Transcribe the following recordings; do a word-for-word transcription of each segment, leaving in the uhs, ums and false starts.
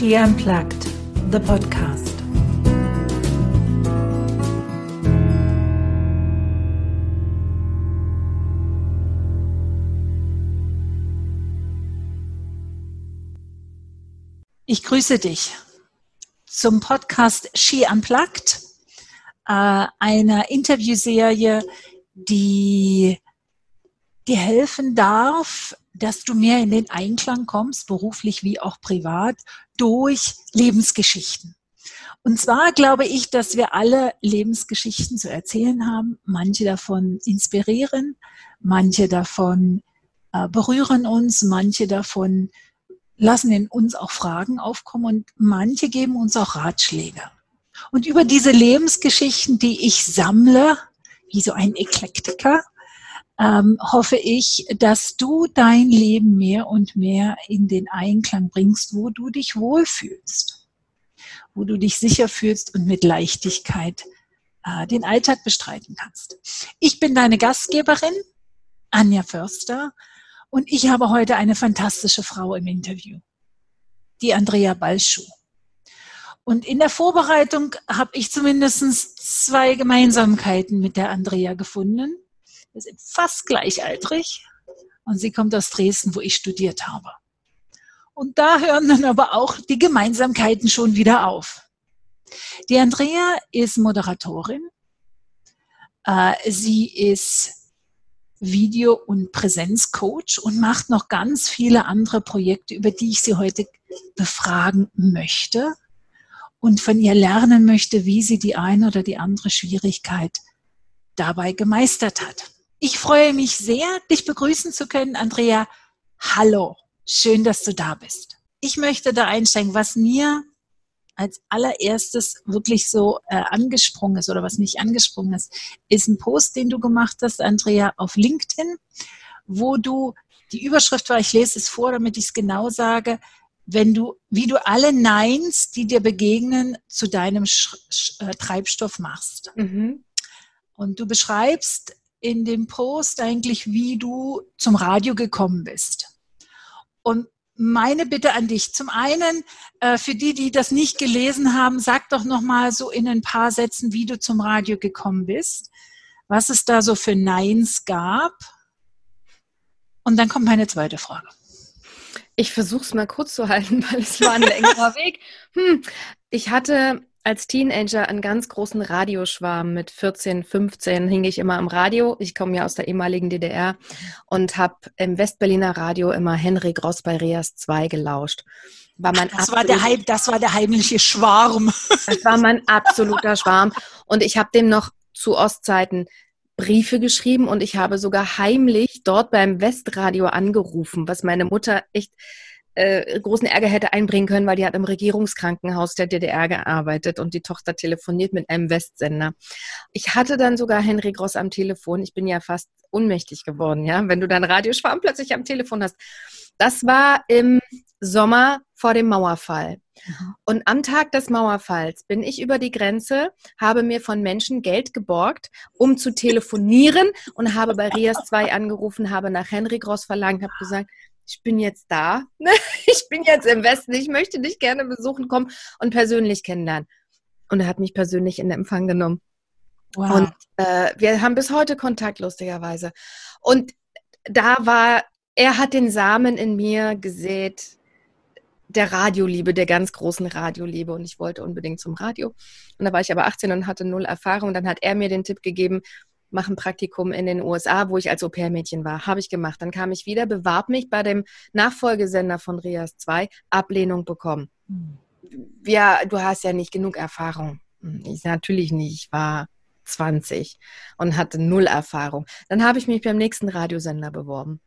She Unplugged, the podcast. Ich grüße dich zum Podcast She Unplugged, äh, einer Interviewserie, die dir helfen darf, dass du mehr in den Einklang kommst, beruflich wie auch privat, durch Lebensgeschichten. Und zwar glaube ich, dass wir alle Lebensgeschichten zu erzählen haben. Manche davon inspirieren, manche davon äh, berühren uns, manche davon lassen in uns auch Fragen aufkommen und manche geben uns auch Ratschläge. Und über diese Lebensgeschichten, die ich sammle, wie so ein Eklektiker, ähm, hoffe ich, dass du dein Leben mehr und mehr in den Einklang bringst, wo du dich wohlfühlst, wo du dich sicher fühlst und mit Leichtigkeit äh, den Alltag bestreiten kannst. Ich bin deine Gastgeberin, Anja Förster. Und ich habe heute eine fantastische Frau im Interview, die Andrea Balschuh. Und in der Vorbereitung habe ich zumindest zwei Gemeinsamkeiten mit der Andrea gefunden. Wir sind fast gleichaltrig und sie kommt aus Dresden, wo ich studiert habe. Und da hören dann aber auch die Gemeinsamkeiten schon wieder auf. Die Andrea ist Moderatorin. Äh, sie ist Video- und Präsenzcoach und macht noch ganz viele andere Projekte, über die ich sie heute befragen möchte und von ihr lernen möchte, wie sie die eine oder die andere Schwierigkeit dabei gemeistert hat. Ich freue mich sehr, dich begrüßen zu können, Andrea. Hallo, schön, dass du da bist. Ich möchte da einsteigen, was mir als allererstes wirklich so äh, angesprungen ist oder was nicht angesprungen ist, ist ein Post, den du gemacht hast, Andrea, auf LinkedIn, wo du, die Überschrift war, ich lese es vor, damit ich es genau sage, wenn du, wie du alle Neins, die dir begegnen, zu deinem Sch- Sch- äh, Treibstoff machst. Mhm. Und du beschreibst in dem Post eigentlich, wie du zum Radio gekommen bist. Und meine Bitte an dich, zum einen, äh, für die, die das nicht gelesen haben, sag doch nochmal so in ein paar Sätzen, wie du zum Radio gekommen bist, was es da so für Neins gab. Und dann kommt meine zweite Frage. Ich versuche es mal kurz zu halten, weil es war ein längerer Weg. Hm. Ich hatte als Teenager einen ganz großen Radioschwarm. Mit vierzehn, fünfzehn hing ich immer am Radio. Ich komme ja aus der ehemaligen D D R und habe im Westberliner Radio immer Henry Gross bei Reas zwei gelauscht. War mein das, war der Heim, das war der heimliche Schwarm. Das war mein absoluter Schwarm. Und ich habe dem noch zu Ostzeiten Briefe geschrieben und ich habe sogar heimlich dort beim Westradio angerufen, was meine Mutter echt äh, großen Ärger hätte einbringen können, weil die hat im Regierungskrankenhaus der D D R gearbeitet und die Tochter telefoniert mit einem Westsender. Ich hatte dann sogar Henry Gross am Telefon. Ich bin ja fast ohnmächtig geworden, ja, wenn du deinen Radioschwarm plötzlich am Telefon hast. Das war im Sommer vor dem Mauerfall. Und am Tag des Mauerfalls bin ich über die Grenze, habe mir von Menschen Geld geborgt, um zu telefonieren und habe bei Reas zwei angerufen, habe nach Henry Gross verlangt, habe gesagt, ich bin jetzt da, ich bin jetzt im Westen, ich möchte dich gerne besuchen kommen und persönlich kennenlernen. Und er hat mich persönlich in Empfang genommen. Wow. Und äh, wir haben bis heute Kontakt, lustigerweise. Und da war, er hat den Samen in mir gesät, der Radioliebe, der ganz großen Radioliebe, und ich wollte unbedingt zum Radio. Und da war ich aber achtzehn und hatte null Erfahrung. Dann hat er mir den Tipp gegeben, mach ein Praktikum in den U S A, wo ich als Au-pair-Mädchen war. Habe ich gemacht. Dann kam ich wieder, bewarb mich bei dem Nachfolgesender von Reas zwei, Ablehnung bekommen. Hm. Ja, du hast ja nicht genug Erfahrung. Ich natürlich nicht. Ich war zwanzig und hatte null Erfahrung. Dann habe ich mich beim nächsten Radiosender beworben.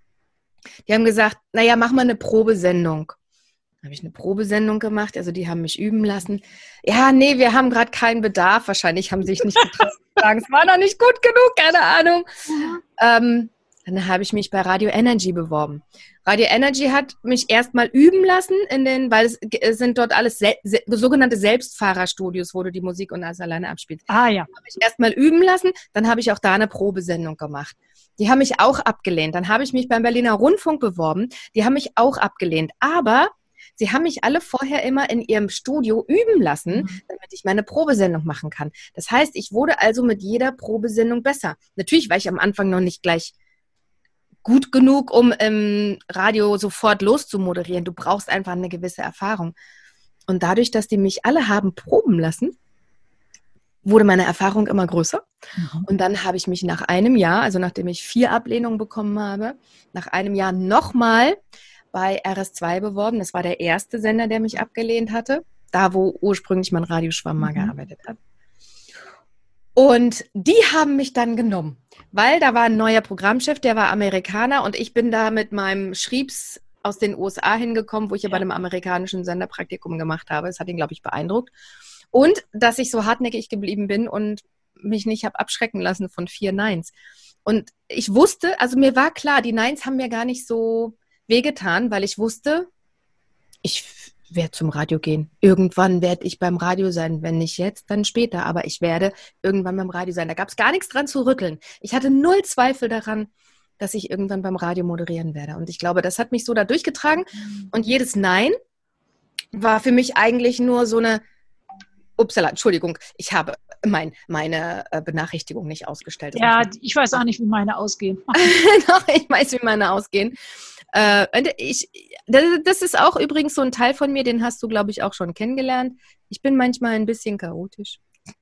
Die haben gesagt, naja, mach mal eine Probesendung. Habe ich eine Probesendung gemacht, also die haben mich üben lassen. Ja, nee, wir haben gerade keinen Bedarf. Wahrscheinlich haben sie sich nicht getraut zu sagen, es war noch nicht gut genug, keine Ahnung. Mhm. Ähm, dann habe ich mich bei Radio Energy beworben. Radio Energy hat mich erstmal üben lassen, in den, weil es, es sind dort alles sel- se- sogenannte Selbstfahrerstudios, wo du die Musik und alles alleine abspielst. Ah ja. Habe ich erstmal üben lassen, dann habe ich auch da eine Probesendung gemacht. Die haben mich auch abgelehnt. Dann habe ich mich beim Berliner Rundfunk beworben. Die haben mich auch abgelehnt. Aber Sie haben mich alle vorher immer in ihrem Studio üben lassen, Mhm. damit ich meine Probesendung machen kann. Das heißt, ich wurde also mit jeder Probesendung besser. Natürlich war ich am Anfang noch nicht gleich gut genug, um im Radio sofort loszumoderieren. Du brauchst einfach eine gewisse Erfahrung. Und dadurch, dass die mich alle haben proben lassen, wurde meine Erfahrung immer größer. Mhm. Und dann habe ich mich nach einem Jahr, also nachdem ich vier Ablehnungen bekommen habe, nach einem Jahr nochmal bei R S zwei beworben. Das war der erste Sender, der mich abgelehnt hatte, da wo ursprünglich mein Radioschwamm mal Mhm. gearbeitet hat. Und die haben mich dann genommen, weil da war ein neuer Programmchef, der war Amerikaner und ich bin da mit meinem Schriebs aus den U S A hingekommen, wo ich ja bei einem amerikanischen Sender Praktikum gemacht habe. Das hat ihn, glaube ich, beeindruckt. Und dass ich so hartnäckig geblieben bin und mich nicht habe abschrecken lassen von vier Neins. Und ich wusste, also mir war klar, die Neins haben mir gar nicht so wehgetan, weil ich wusste, ich werde zum Radio gehen. Irgendwann werde ich beim Radio sein. Wenn nicht jetzt, dann später. Aber ich werde irgendwann beim Radio sein. Da gab es gar nichts dran zu rütteln. Ich hatte null Zweifel daran, dass ich irgendwann beim Radio moderieren werde. Und ich glaube, das hat mich so da durchgetragen. Und jedes Nein war für mich eigentlich nur so eine, upsala, Entschuldigung, ich habe mein, meine äh, Benachrichtigung nicht ausgestellt. Das Ja, muss man- ich weiß auch nicht, wie meine ausgehen. Doch, ich weiß, wie meine ausgehen. Äh, und ich, das, das ist auch übrigens so ein Teil von mir, den hast du, glaube ich, auch schon kennengelernt. Ich bin manchmal ein bisschen chaotisch.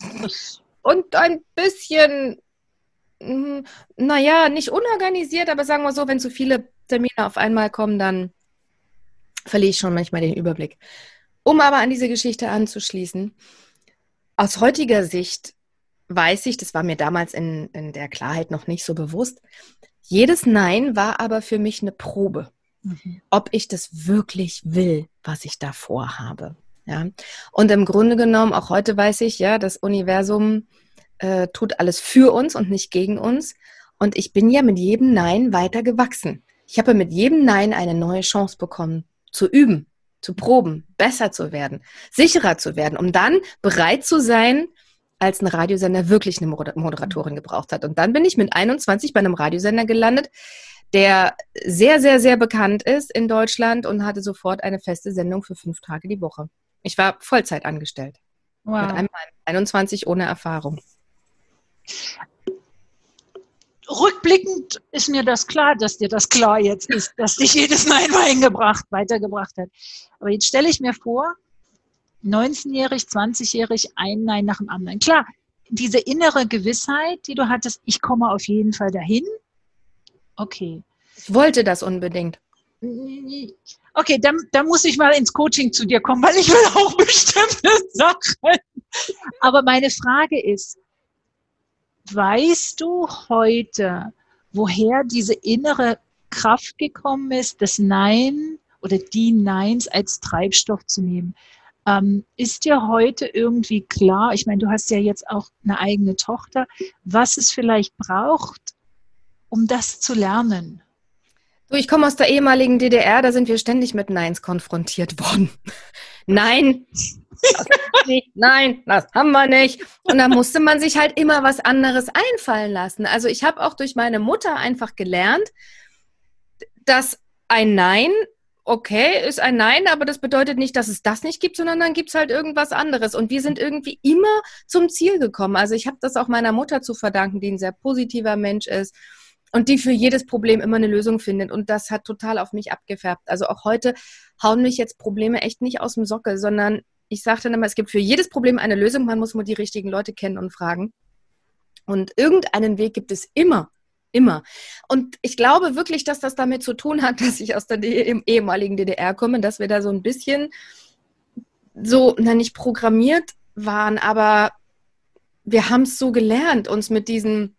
Und ein bisschen, mh, naja, nicht unorganisiert, aber sagen wir so, wenn zu viele Termine auf einmal kommen, dann verliere ich schon manchmal den Überblick. Um aber an diese Geschichte anzuschließen, aus heutiger Sicht weiß ich, das war mir damals in, in der Klarheit noch nicht so bewusst, jedes Nein war aber für mich eine Probe, Mhm. ob ich das wirklich will, was ich da vorhabe. Ja? Und im Grunde genommen, auch heute weiß ich, ja, das Universum äh, tut alles für uns und nicht gegen uns. Und ich bin ja mit jedem Nein weiter gewachsen. Ich habe mit jedem Nein eine neue Chance bekommen, zu üben, zu proben, besser zu werden, sicherer zu werden, um dann bereit zu sein, als ein Radiosender wirklich eine Moderatorin gebraucht hat. Und dann bin ich mit einundzwanzig bei einem Radiosender gelandet, der sehr, sehr, sehr bekannt ist in Deutschland und hatte sofort eine feste Sendung für fünf Tage die Woche. Ich war Vollzeit angestellt. Wow. Mit einem einundzwanzig ohne Erfahrung. Rückblickend ist mir das klar, dass dir das klar jetzt ist, dass dich jedes Nein eingebracht, weitergebracht hat. Aber jetzt stelle ich mir vor, neunzehnjährig, zwanzigjährig, ein Nein nach dem anderen. Klar, diese innere Gewissheit, die du hattest, ich komme auf jeden Fall dahin. Okay. Ich wollte das unbedingt. Okay, dann, dann muss ich mal ins Coaching zu dir kommen, weil ich will auch bestimmte Sachen. Aber meine Frage ist, weißt du heute, woher diese innere Kraft gekommen ist, das Nein oder die Neins als Treibstoff zu nehmen? Ähm, ist dir heute irgendwie klar, ich meine, du hast ja jetzt auch eine eigene Tochter, was es vielleicht braucht, um das zu lernen? Du, ich komme aus der ehemaligen D D R, da sind wir ständig mit Neins konfrontiert worden. Nein, das nicht, nein, das haben wir nicht. Und da musste man sich halt immer was anderes einfallen lassen. Also ich habe auch durch meine Mutter einfach gelernt, dass ein Nein, okay, ist ein Nein, aber das bedeutet nicht, dass es das nicht gibt, sondern dann gibt es halt irgendwas anderes. Und wir sind irgendwie immer zum Ziel gekommen. Also ich habe das auch meiner Mutter zu verdanken, die ein sehr positiver Mensch ist und die für jedes Problem immer eine Lösung findet. Und das hat total auf mich abgefärbt. Also auch heute hauen mich jetzt Probleme echt nicht aus dem Sockel, sondern ich sage dann immer, es gibt für jedes Problem eine Lösung. Man muss nur die richtigen Leute kennen und fragen. Und irgendeinen Weg gibt es immer. Immer. Und ich glaube wirklich, dass das damit zu tun hat, dass ich aus der ehemaligen D D R komme, dass wir da so ein bisschen so, na nicht programmiert waren, aber wir haben es so gelernt, uns mit diesem,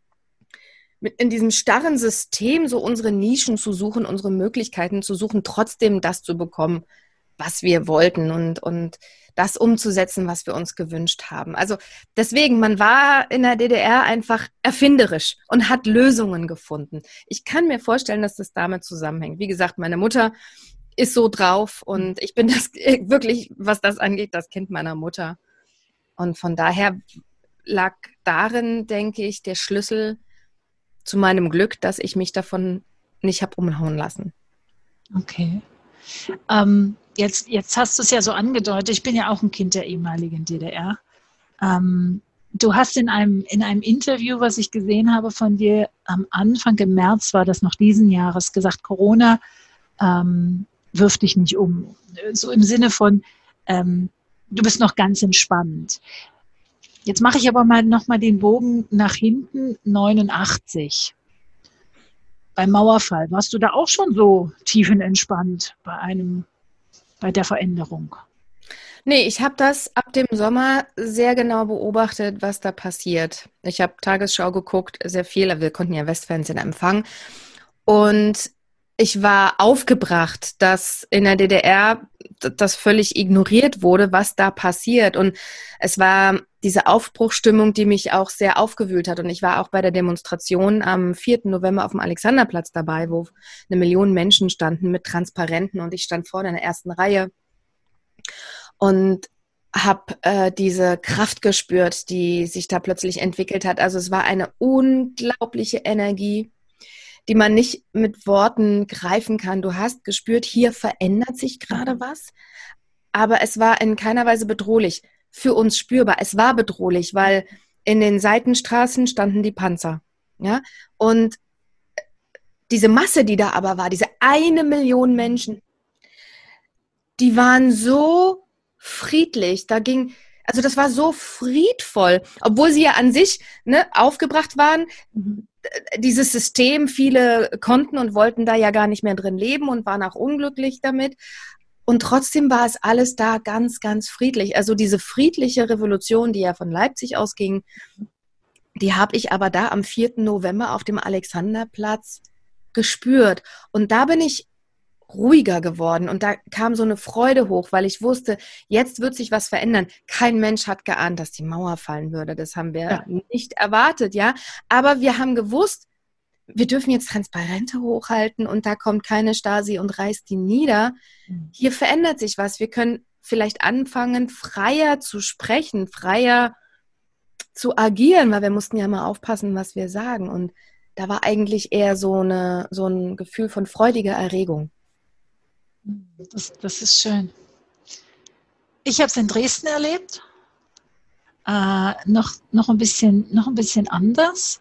mit in diesem starren System so unsere Nischen zu suchen, unsere Möglichkeiten zu suchen, trotzdem das zu bekommen, was wir wollten und, und das umzusetzen, was wir uns gewünscht haben. Also deswegen, man war in der D D R einfach erfinderisch und hat Lösungen gefunden. Ich kann mir vorstellen, dass das damit zusammenhängt. Wie gesagt, meine Mutter ist so drauf und ich bin das wirklich, was das angeht, das Kind meiner Mutter. Und von daher lag darin, denke ich, der Schlüssel zu meinem Glück, dass ich mich davon nicht habe umhauen lassen. Okay. Ähm, jetzt, jetzt hast du es ja so angedeutet, ich bin ja auch ein Kind der ehemaligen D D R. Ähm, du hast in einem, in einem Interview, was ich gesehen habe von dir, am Anfang im März war das noch diesen Jahres, gesagt, Corona ähm, wirft dich nicht um. So im Sinne von, ähm, du bist noch ganz entspannt. Jetzt mache ich aber mal nochmal den Bogen nach hinten, neunundachtzig. Beim Mauerfall, warst du da auch schon so tiefenentspannt bei einem, bei der Veränderung? Nee, ich habe das ab dem Sommer sehr genau beobachtet, was da passiert. Ich habe Tagesschau geguckt, sehr viel, wir konnten ja Westfernsehen empfangen. Und ich war aufgebracht, dass in der D D R das völlig ignoriert wurde, was da passiert. Und es war diese Aufbruchsstimmung, die mich auch sehr aufgewühlt hat. Und ich war auch bei der Demonstration am vierten November auf dem Alexanderplatz dabei, wo eine Million Menschen standen mit Transparenten und ich stand vorne in der ersten Reihe und habe äh, diese Kraft gespürt, die sich da plötzlich entwickelt hat. Also es war eine unglaubliche Energie, die man nicht mit Worten greifen kann. Du hast gespürt, hier verändert sich gerade was, aber es war in keiner Weise bedrohlich. Für uns spürbar. Es war bedrohlich, weil in den Seitenstraßen standen die Panzer. Ja? Und diese Masse, die da aber war, diese eine Million Menschen, die waren so friedlich. Da ging, also das war so friedvoll, obwohl sie ja an sich ne, aufgebracht waren. Dieses System, viele konnten und wollten da ja gar nicht mehr drin leben und waren auch unglücklich damit. Und trotzdem war es alles da ganz, ganz friedlich. Also diese friedliche Revolution, die ja von Leipzig ausging, die habe ich aber da am vierten November auf dem Alexanderplatz gespürt. Und da bin ich ruhiger geworden und da kam so eine Freude hoch, weil ich wusste, jetzt wird sich was verändern. Kein Mensch hat geahnt, dass die Mauer fallen würde. Das haben wir ja nicht erwartet, ja. Aber wir haben gewusst, wir dürfen jetzt Transparente hochhalten und da kommt keine Stasi und reißt die nieder. Hier verändert sich was. Wir können vielleicht anfangen, freier zu sprechen, freier zu agieren, weil wir mussten ja mal aufpassen, was wir sagen. Und da war eigentlich eher so, eine, so ein Gefühl von freudiger Erregung. Das, das ist schön. Ich habe es in Dresden erlebt. Äh, noch, noch, ein bisschen, noch ein bisschen anders.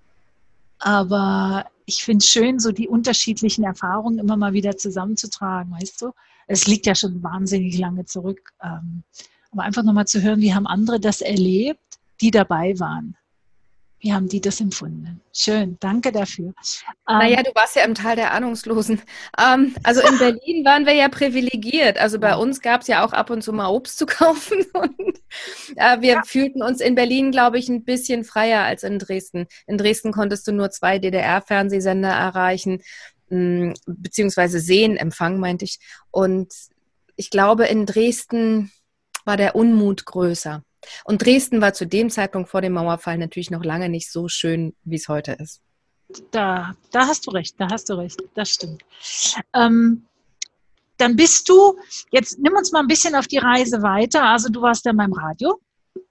Aber ich finde es schön, so die unterschiedlichen Erfahrungen immer mal wieder zusammenzutragen, weißt du? Es liegt ja schon wahnsinnig lange zurück. Ähm, aber einfach nochmal zu hören, wie haben andere das erlebt, die dabei waren. Wie haben die das empfunden? Schön, danke dafür. Naja, du warst ja im Tal der Ahnungslosen. Ähm, also in Berlin waren wir ja privilegiert. Also bei uns gab es ja auch ab und zu mal Obst zu kaufen. Und äh, wir ja. fühlten uns in Berlin, glaube ich, ein bisschen freier als in Dresden. In Dresden konntest du nur zwei D D R-Fernsehsender erreichen, mh, beziehungsweise sehen, Empfang meinte ich. Und ich glaube, in Dresden war der Unmut größer. Und Dresden war zu dem Zeitpunkt vor dem Mauerfall natürlich noch lange nicht so schön, wie es heute ist. Da, da hast du recht, da hast du recht, das stimmt. Ähm, dann bist du, jetzt nimm uns mal ein bisschen auf die Reise weiter. Also du warst ja beim Radio.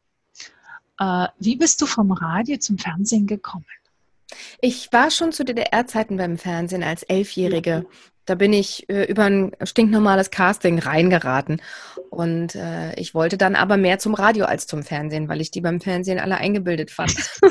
Äh, wie bist du vom Radio zum Fernsehen gekommen? Ich war schon zu D D R-Zeiten beim Fernsehen als Elfjährige. Da bin ich äh, über ein stinknormales Casting reingeraten. Und äh, ich wollte dann aber mehr zum Radio als zum Fernsehen, weil ich die beim Fernsehen alle eingebildet fand.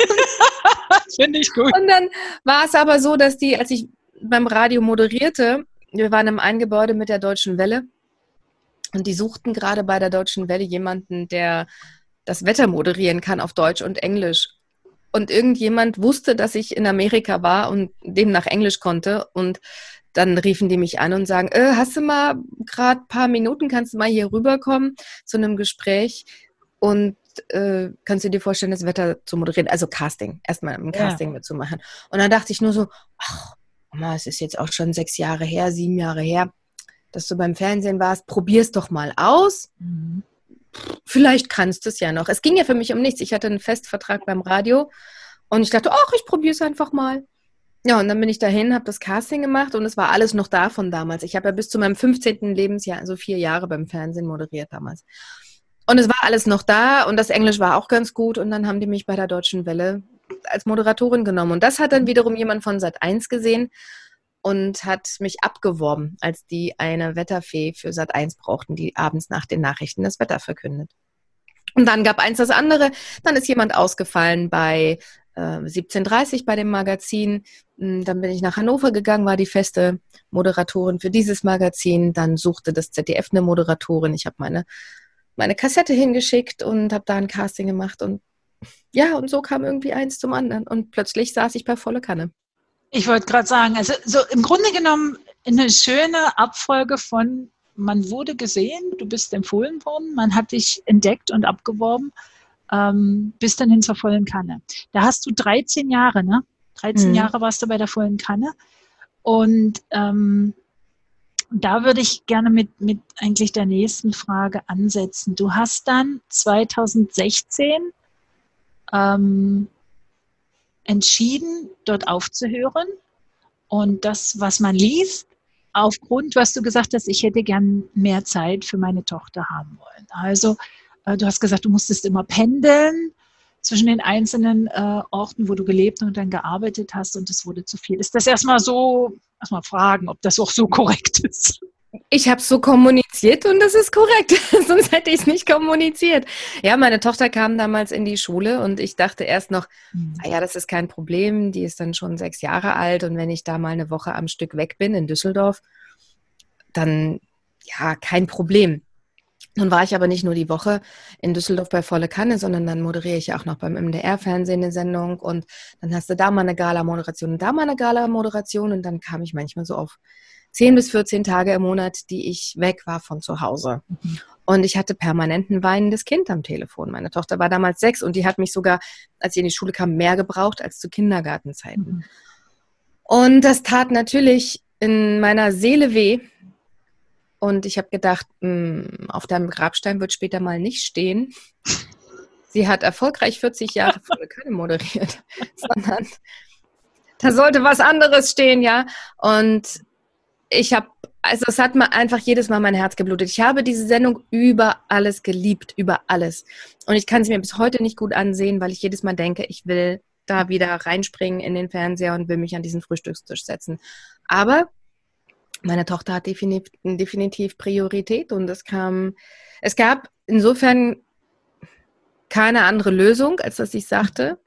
Finde ich gut. Und dann war es aber so, dass die, als ich beim Radio moderierte, wir waren im einen Gebäude mit der Deutschen Welle und die suchten gerade bei der Deutschen Welle jemanden, der das Wetter moderieren kann auf Deutsch und Englisch. Und irgendjemand wusste, dass ich in Amerika war und demnach Englisch konnte. Und dann riefen die mich an und sagen, äh, hast du mal gerade ein paar Minuten, kannst du mal hier rüberkommen zu einem Gespräch und äh, kannst du dir vorstellen, das Wetter zu moderieren? Also Casting, erstmal ein Casting ja. mitzumachen. Und dann dachte ich nur so, ach, Mama, es ist jetzt auch schon sechs Jahre her, sieben Jahre her, dass du beim Fernsehen warst. Probier's doch mal aus. Mhm. Vielleicht kannst du es ja noch. Es ging ja für mich um nichts. Ich hatte einen Festvertrag beim Radio und ich dachte, ach, ich probiere es einfach mal. Ja, und dann bin ich dahin, habe das Casting gemacht und es war alles noch da von damals. Ich habe ja bis zu meinem fünfzehnten Lebensjahr, also vier Jahre beim Fernsehen moderiert damals. Und es war alles noch da und das Englisch war auch ganz gut und dann haben die mich bei der Deutschen Welle als Moderatorin genommen. Und das hat dann wiederum jemand von Sat eins gesehen und hat mich abgeworben, als die eine Wetterfee für Sat eins brauchten, die abends nach den Nachrichten das Wetter verkündet. Und dann gab eins das andere, dann ist jemand ausgefallen bei äh, siebzehn Uhr dreißig bei dem Magazin. Dann bin ich nach Hannover gegangen, war die feste Moderatorin für dieses Magazin. Dann suchte das Z D F eine Moderatorin. Ich habe meine, meine Kassette hingeschickt und habe da ein Casting gemacht. Und ja, und so kam irgendwie eins zum anderen. Und plötzlich saß ich bei Volle Kanne. Ich wollte gerade sagen, also so im Grunde genommen eine schöne Abfolge von: Man wurde gesehen, du bist empfohlen worden, man hat dich entdeckt und abgeworben, ähm, bis dann hin zur Vollen Kanne. Da hast du dreizehn Jahre, ne? dreizehn mhm. Jahre warst du bei der Vollen Kanne. Und ähm, da würde ich gerne mit, mit eigentlich der nächsten Frage ansetzen. Du hast dann zweitausendsechzehn ähm, entschieden, dort aufzuhören. Und das, was man liest, aufgrund, was du gesagt hast, ich hätte gern mehr Zeit für meine Tochter haben wollen. Also äh, du hast gesagt, du musstest immer pendeln zwischen den einzelnen äh, Orten, wo du gelebt und dann gearbeitet hast, und es wurde zu viel. Ist das erstmal so, erstmal fragen, ob das auch so korrekt ist? Ich habe es so kommuniziert und das ist korrekt, sonst hätte ich es nicht kommuniziert. Ja, meine Tochter kam damals in die Schule und ich dachte erst noch, mhm. naja, das ist kein Problem, die ist dann schon sechs Jahre alt und wenn ich da mal eine Woche am Stück weg bin in Düsseldorf, dann ja, kein Problem. Nun war ich aber nicht nur die Woche in Düsseldorf bei Volle Kanne, sondern dann moderiere ich ja auch noch beim M D R-Fernsehen eine Sendung und dann hast du da mal eine Gala-Moderation und da mal eine Gala-Moderation und dann kam ich manchmal so auf zehn bis vierzehn Tage im Monat, die ich weg war von zu Hause. Mhm. Und ich hatte permanent ein weinendes Kind am Telefon. Meine Tochter war damals sechs und die hat mich sogar, als sie in die Schule kam, mehr gebraucht als zu Kindergartenzeiten. Mhm. Und das tat natürlich in meiner Seele weh. Und ich habe gedacht, mh, auf deinem Grabstein wird später mal nicht stehen. Sie hat erfolgreich vierzig Jahre Volle Kanne moderiert, sondern da sollte was anderes stehen, ja. Und ich habe, also es hat mir einfach jedes Mal mein Herz geblutet. Ich habe diese Sendung über alles geliebt, über alles. Und ich kann sie mir bis heute nicht gut ansehen, weil ich jedes Mal denke, ich will da wieder reinspringen in den Fernseher und will mich an diesen Frühstückstisch setzen. Aber meine Tochter hat definitiv, definitiv Priorität und es kam, es gab insofern keine andere Lösung, als dass ich sagte,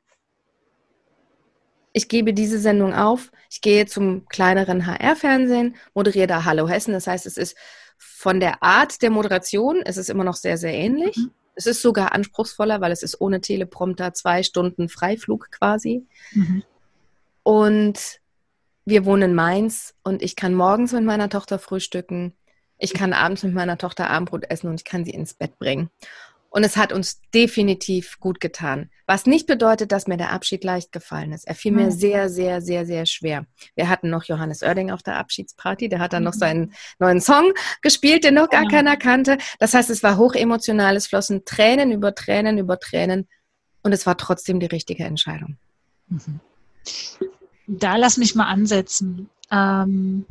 ich gebe diese Sendung auf, ich gehe zum kleineren H R-Fernsehen, moderiere da Hallo Hessen. Das heißt, es ist von der Art der Moderation, es ist immer noch sehr, sehr ähnlich. Mhm. Es ist sogar anspruchsvoller, weil es ist ohne Teleprompter, zwei Stunden Freiflug quasi. Mhm. Und wir wohnen in Mainz und ich kann morgens mit meiner Tochter frühstücken, ich kann abends mit meiner Tochter Abendbrot essen und ich kann sie ins Bett bringen. Und es hat uns definitiv gut getan. Was nicht bedeutet, dass mir der Abschied leicht gefallen ist. Er fiel mir sehr, sehr, sehr, sehr schwer. Wir hatten noch Johannes Oerding auf der Abschiedsparty. Der hat dann noch seinen neuen Song gespielt, den noch gar keiner kannte. Das heißt, es war hochemotional. Es flossen Tränen über Tränen über Tränen. Und es war trotzdem die richtige Entscheidung. Da lass mich mal ansetzen. Ähm,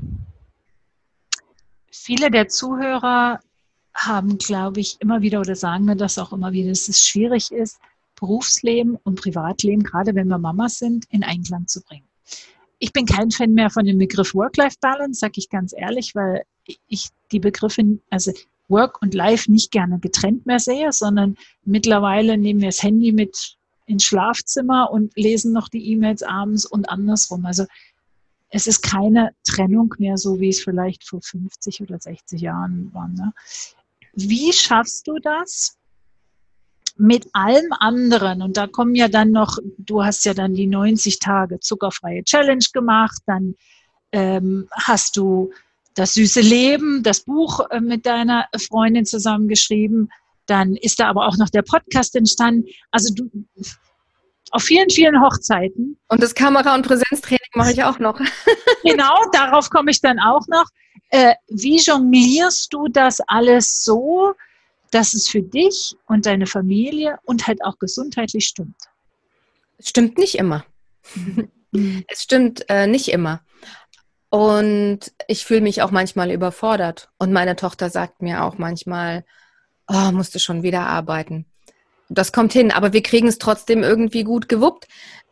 viele der Zuhörer haben, glaube ich, immer wieder oder sagen mir das auch immer wieder, dass es schwierig ist, Berufsleben und Privatleben, gerade wenn wir Mamas sind, in Einklang zu bringen. Ich bin kein Fan mehr von dem Begriff Work-Life-Balance, sage ich ganz ehrlich, weil ich die Begriffe, also Work und Life nicht gerne getrennt mehr sehe, sondern mittlerweile nehmen wir das Handy mit ins Schlafzimmer und lesen noch die E-Mails abends und andersrum. Also es ist keine Trennung mehr, so wie es vielleicht vor fünfzig oder sechzig Jahren war. Ne? Wie schaffst du das mit allem anderen? Und da kommen ja dann noch, du hast ja dann die neunzig Tage zuckerfreie Challenge gemacht, dann ähm, hast du das süße Leben, das Buch äh, mit deiner Freundin zusammen geschrieben, dann ist da aber auch noch der Podcast entstanden. Also du, auf vielen, vielen Hochzeiten. Und das Kamera- und Präsenztraining mache ich auch noch. Genau, darauf komme ich dann auch noch. Äh, wie jonglierst du das alles so, dass es für dich und deine Familie und halt auch gesundheitlich stimmt? Es stimmt nicht immer. Mhm. Es stimmt äh, nicht immer. Und ich fühle mich auch manchmal überfordert. Und meine Tochter sagt mir auch manchmal, oh, musst du schon wieder arbeiten. Das kommt hin, aber wir kriegen es trotzdem irgendwie gut gewuppt.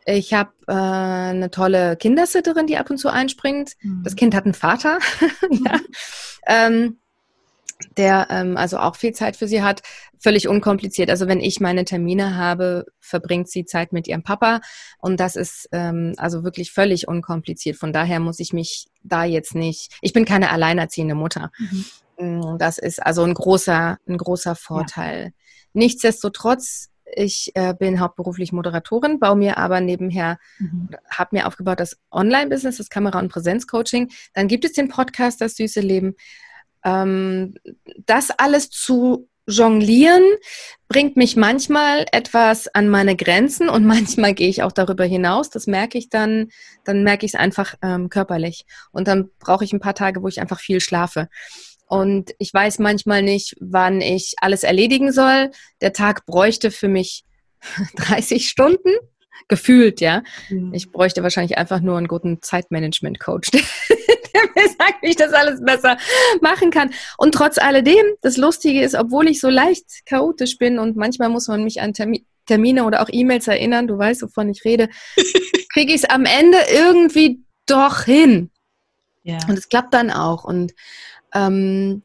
Ich habe äh, eine tolle Kindersitterin, die ab und zu einspringt. Mhm. Das Kind hat einen Vater, ja. ähm, der ähm, also auch viel Zeit für sie hat. Völlig unkompliziert. Also wenn ich meine Termine habe, verbringt sie Zeit mit ihrem Papa. Und das ist ähm, also wirklich völlig unkompliziert. Von daher muss ich mich da jetzt nicht... Ich bin keine alleinerziehende Mutter. Mhm. Das ist also ein großer, ein großer Vorteil. Ja. Nichtsdestotrotz, ich äh, bin hauptberuflich Moderatorin, baue mir aber nebenher, mhm. habe mir aufgebaut das Online-Business, das Kamera- und Präsenzcoaching. Dann gibt es den Podcast Das süße Leben. Ähm, das alles zu jonglieren bringt mich manchmal etwas an meine Grenzen und manchmal gehe ich auch darüber hinaus. Das merke ich dann, dann merke ich es einfach ähm, körperlich. Und dann brauche ich ein paar Tage, wo ich einfach viel schlafe. Und ich weiß manchmal nicht, wann ich alles erledigen soll. Der Tag bräuchte für mich dreißig Stunden, gefühlt, ja. Mhm. Ich bräuchte wahrscheinlich einfach nur einen guten Zeitmanagement-Coach, der mir sagt, wie ich das alles besser machen kann. Und trotz alledem, das Lustige ist, obwohl ich so leicht chaotisch bin und manchmal muss man mich an Termi- Termine oder auch E-Mails erinnern, du weißt, wovon ich rede, kriege ich es am Ende irgendwie doch hin. Ja. Und es klappt dann auch. Und ähm,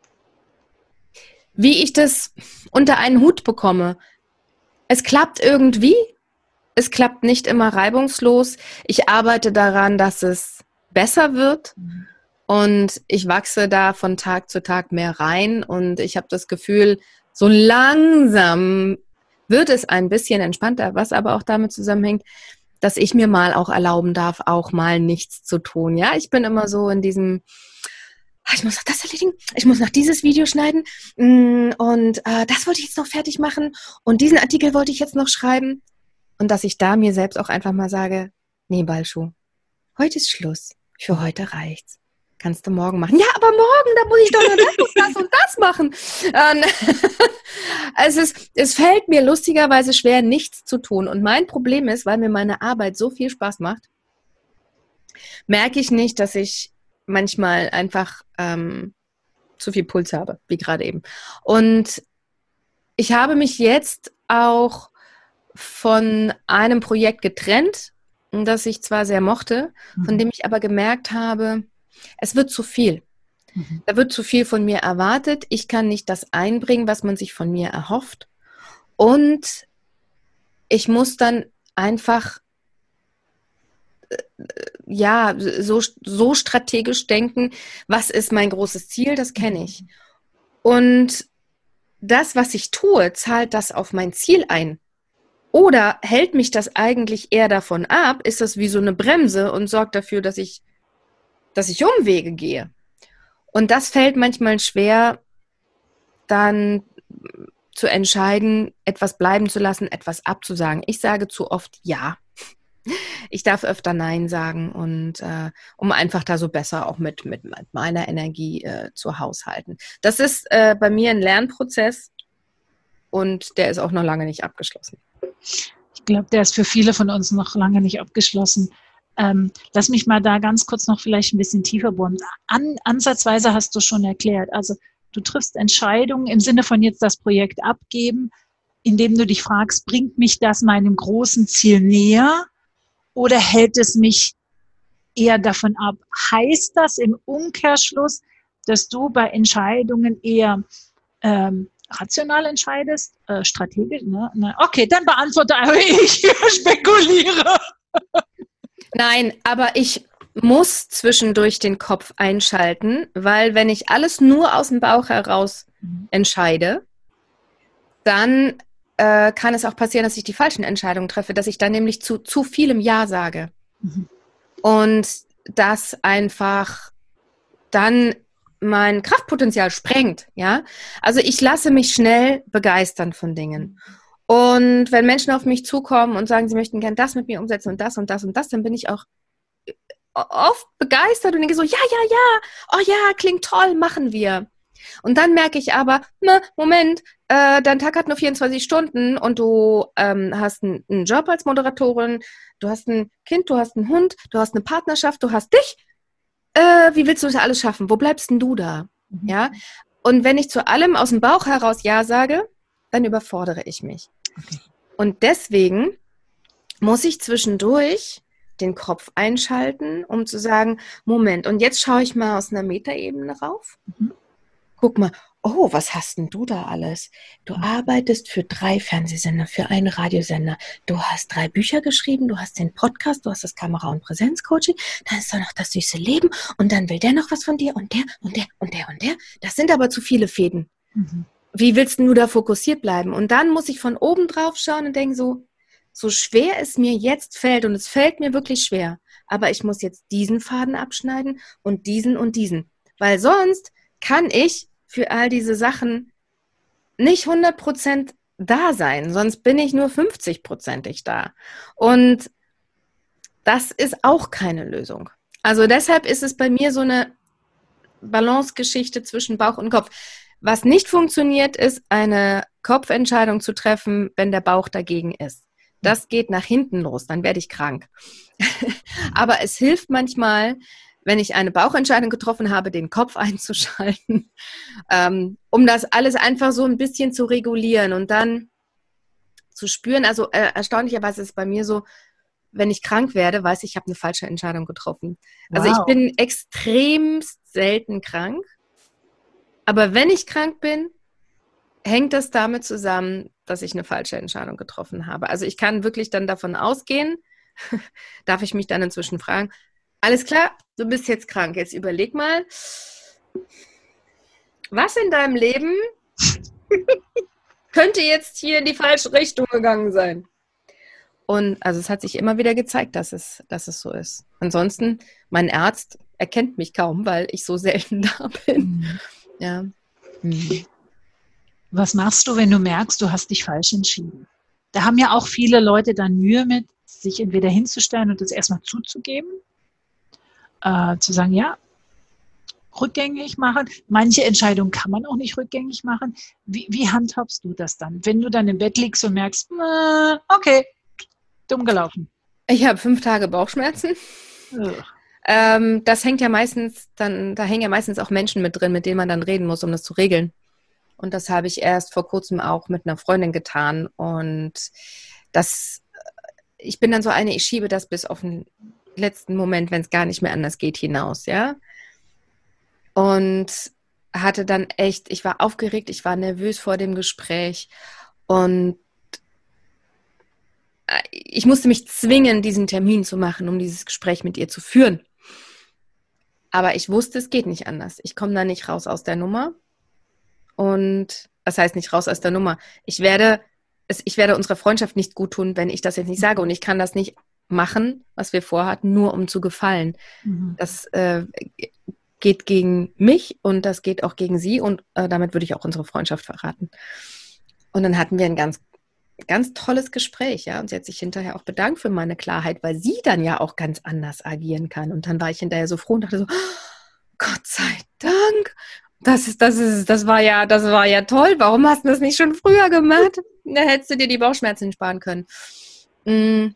wie ich das unter einen Hut bekomme, es klappt irgendwie, es klappt nicht immer reibungslos. Ich arbeite daran, dass es besser wird mhm. und ich wachse da von Tag zu Tag mehr rein und ich habe das Gefühl, so langsam wird es ein bisschen entspannter, was aber auch damit zusammenhängt, dass ich mir mal auch erlauben darf, auch mal nichts zu tun. Ja, ich bin immer so in diesem, ich muss noch das erledigen, ich muss noch dieses Video schneiden und äh, das wollte ich jetzt noch fertig machen und diesen Artikel wollte ich jetzt noch schreiben. Und dass ich da mir selbst auch einfach mal sage, nee, Balschuh, heute ist Schluss. Für heute reicht's. Kannst du morgen machen. Ja, aber morgen, da muss ich doch noch das und das und das machen. es, ist, es fällt mir lustigerweise schwer, nichts zu tun. Und mein Problem ist, weil mir meine Arbeit so viel Spaß macht, merke ich nicht, dass ich manchmal einfach ähm, zu viel Puls habe, wie gerade eben. Und ich habe mich jetzt auch von einem Projekt getrennt, das ich zwar sehr mochte, mhm. von dem ich aber gemerkt habe, es wird zu viel. Mhm. Da wird zu viel von mir erwartet. Ich kann nicht das einbringen, was man sich von mir erhofft. Und ich muss dann einfach äh, ja, so, so strategisch denken, was ist mein großes Ziel, das kenne ich. Und das, was ich tue, zahlt das auf mein Ziel ein. Oder hält mich das eigentlich eher davon ab? Ist das wie so eine Bremse und sorgt dafür, dass ich, dass ich Umwege gehe? Und das fällt manchmal schwer, dann zu entscheiden, etwas bleiben zu lassen, etwas abzusagen. Ich sage zu oft ja. Ich darf öfter Nein sagen und äh, um einfach da so besser auch mit, mit meiner Energie äh, zu haushalten. Das ist äh, bei mir ein Lernprozess und der ist auch noch lange nicht abgeschlossen. Ich glaube, der ist für viele von uns noch lange nicht abgeschlossen. Ähm, lass mich mal da ganz kurz noch vielleicht ein bisschen tiefer bohren. An, ansatzweise hast du schon erklärt. Also du triffst Entscheidungen im Sinne von jetzt das Projekt abgeben, indem du dich fragst, bringt mich das meinem großen Ziel näher oder hält es mich eher davon ab? Heißt das im Umkehrschluss, dass du bei Entscheidungen eher ähm, rational entscheidest, äh, strategisch, ne? Ne? Okay, dann beantworte ich, ich spekuliere. Nein, aber ich muss zwischendurch den Kopf einschalten, weil wenn ich alles nur aus dem Bauch heraus mhm. entscheide, dann äh, kann es auch passieren, dass ich die falschen Entscheidungen treffe, dass ich dann nämlich zu, zu vielem Ja sage. Mhm. Und das einfach dann mein Kraftpotenzial sprengt, ja. Also ich lasse mich schnell begeistern von Dingen. Und wenn Menschen auf mich zukommen und sagen, sie möchten gern das mit mir umsetzen und das und das und das, dann bin ich auch oft begeistert und denke so, ja, ja, ja, oh ja, klingt toll, machen wir. Und dann merke ich aber, na, Moment, äh, dein Tag hat nur vierundzwanzig Stunden und du ähm, hast einen, einen Job als Moderatorin, du hast ein Kind, du hast einen Hund, du hast eine Partnerschaft, du hast dich. Äh, wie willst du das alles schaffen? Wo bleibst denn du da? Mhm. Ja. Und wenn ich zu allem aus dem Bauch heraus Ja sage, dann überfordere ich mich. Okay. Und deswegen muss ich zwischendurch den Kopf einschalten, um zu sagen, Moment, und jetzt schaue ich mal aus einer Metaebene rauf. Mhm. Guck mal, oh, was hast denn du da alles? Du arbeitest für drei Fernsehsender, für einen Radiosender. Du hast drei Bücher geschrieben, du hast den Podcast, du hast das Kamera- und Präsenzcoaching, dann ist da noch das süße Leben und dann will der noch was von dir und der und der und der und der. Das sind aber zu viele Fäden. Mhm. Wie willst du da fokussiert bleiben? Und dann muss ich von oben drauf schauen und denken so, so schwer es mir jetzt fällt, und es fällt mir wirklich schwer, aber ich muss jetzt diesen Faden abschneiden und diesen und diesen. Weil sonst kann ich für all diese Sachen nicht hundert Prozent da sein, sonst bin ich nur fünfzig-prozentig da. Und das ist auch keine Lösung. Also deshalb ist es bei mir so eine Balancegeschichte zwischen Bauch und Kopf. Was nicht funktioniert, ist eine Kopfentscheidung zu treffen, wenn der Bauch dagegen ist. Das geht nach hinten los, dann werde ich krank. Aber es hilft manchmal, wenn ich eine Bauchentscheidung getroffen habe, den Kopf einzuschalten, ähm, um das alles einfach so ein bisschen zu regulieren und dann zu spüren. Also äh, erstaunlicherweise ist es bei mir so, wenn ich krank werde, weiß ich, ich habe eine falsche Entscheidung getroffen. Also Wow. ich bin extremst selten krank, aber wenn ich krank bin, hängt das damit zusammen, dass ich eine falsche Entscheidung getroffen habe. Also ich kann wirklich dann davon ausgehen, darf ich mich dann inzwischen fragen, alles klar, du bist jetzt krank. Jetzt überleg mal, was in deinem Leben könnte jetzt hier in die falsche Richtung gegangen sein? Und also es hat sich immer wieder gezeigt, dass es, dass es so ist. Ansonsten, mein Arzt erkennt mich kaum, weil ich so selten da bin. Mhm. Ja. Mhm. Was machst du, wenn du merkst, du hast dich falsch entschieden? Da haben ja auch viele Leute dann Mühe mit, sich entweder hinzustellen und das erstmal zuzugeben, äh, zu sagen, ja, rückgängig machen. Manche Entscheidungen kann man auch nicht rückgängig machen. Wie, wie handhabst du das dann, wenn du dann im Bett liegst und merkst, äh, okay, dumm gelaufen? Ich habe fünf Tage Bauchschmerzen. Ugh. Ähm, das hängt ja meistens, dann, da hängen ja meistens auch Menschen mit drin, mit denen man dann reden muss, um das zu regeln. Und das habe ich erst vor kurzem auch mit einer Freundin getan. Und das, ich bin dann so eine, ich schiebe das bis auf den letzten Moment, wenn es gar nicht mehr anders geht, hinaus, ja. Und hatte dann echt, ich war aufgeregt, ich war nervös vor dem Gespräch und ich musste mich zwingen, diesen Termin zu machen, um dieses Gespräch mit ihr zu führen. Aber ich wusste, es geht nicht anders. Ich komme da nicht raus aus der Nummer. Und das heißt nicht raus aus der Nummer. Ich werde, es, ich werde unserer Freundschaft nicht gut tun, wenn ich das jetzt nicht sage. Und ich kann das nicht machen, was wir vorhatten, nur um zu gefallen. Mhm. Das äh, geht gegen mich und das geht auch gegen sie. Und äh, damit würde ich auch unsere Freundschaft verraten. Und dann hatten wir ein ganz, ganz tolles Gespräch. Ja? Und sie hat sich hinterher auch bedankt für meine Klarheit, weil sie dann ja auch ganz anders agieren kann. Und dann war ich hinterher so froh und dachte so, oh, Gott sei Dank. Das ist, das ist, das war ja, das war ja toll. Warum hast du das nicht schon früher gemacht? Da hättest du dir die Bauchschmerzen sparen können. Mm.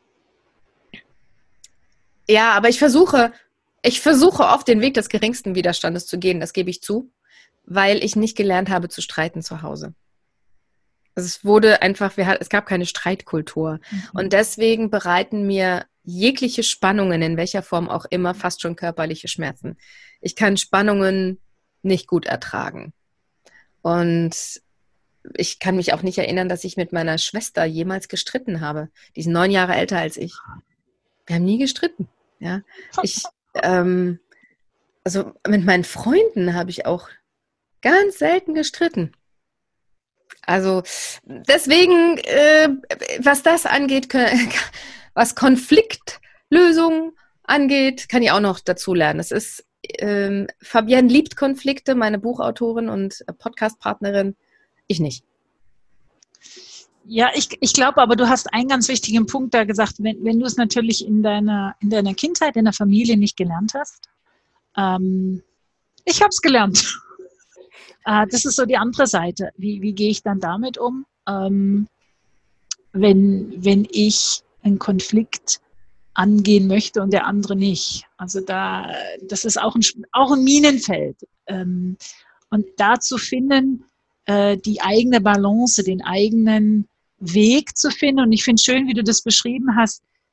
Ja, aber ich versuche, ich versuche oft den Weg des geringsten Widerstandes zu gehen, das gebe ich zu, weil ich nicht gelernt habe zu streiten zu Hause. Also es wurde einfach, wir, es gab keine Streitkultur. Mhm. Und deswegen bereiten mir jegliche Spannungen, in welcher Form auch immer, fast schon körperliche Schmerzen. Ich kann Spannungen nicht gut ertragen. Und ich kann mich auch nicht erinnern, dass ich mit meiner Schwester jemals gestritten habe. Die ist neun Jahre älter als ich. Wir haben nie gestritten. Ja, ich, ähm, also mit meinen Freunden habe ich auch ganz selten gestritten. Also deswegen, äh, was das angeht, was Konfliktlösung angeht, kann ich auch noch dazu lernen. Es ist Ähm, Fabienne liebt Konflikte, meine Buchautorin und Podcast-Partnerin. Ich nicht. Ja, ich, ich glaube aber, du hast einen ganz wichtigen Punkt da gesagt, wenn, wenn du es natürlich in deiner, in deiner Kindheit, in der Familie nicht gelernt hast. Ähm, ich habe es gelernt. äh, das ist so die andere Seite. Wie, wie gehe ich dann damit um, ähm, wenn, wenn ich einen Konflikt angehen möchte und der andere nicht. Also da, das ist auch ein, auch ein Minenfeld. Ähm, und da zu finden, äh, die eigene Balance, den eigenen Weg zu finden. Und ich finde schön, wie du das beschrieben hast,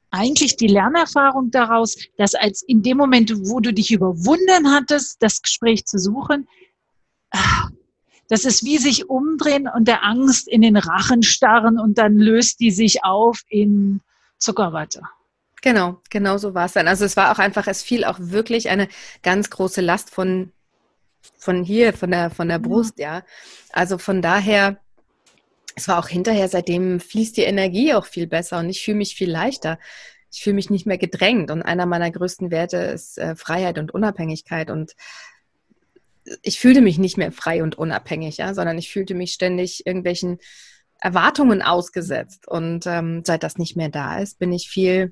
eigentlich die Lernerfahrung daraus, dass als in dem Moment, wo du dich überwunden hattest, das Gespräch zu suchen, das ist wie sich umdrehen und der Angst in den Rachen starren und dann löst die sich auf in Zuckerwatte. Genau, genau so war es dann. Also es war auch einfach, es fiel auch wirklich eine ganz große Last von, von hier, von der, von der Brust, ja. Also von daher, es war auch hinterher, seitdem fließt die Energie auch viel besser und ich fühle mich viel leichter. Ich fühle mich nicht mehr gedrängt und einer meiner größten Werte ist äh, Freiheit und Unabhängigkeit und ich fühlte mich nicht mehr frei und unabhängig, ja, sondern ich fühlte mich ständig irgendwelchen Erwartungen ausgesetzt. Und ähm, seit das nicht mehr da ist, bin ich viel,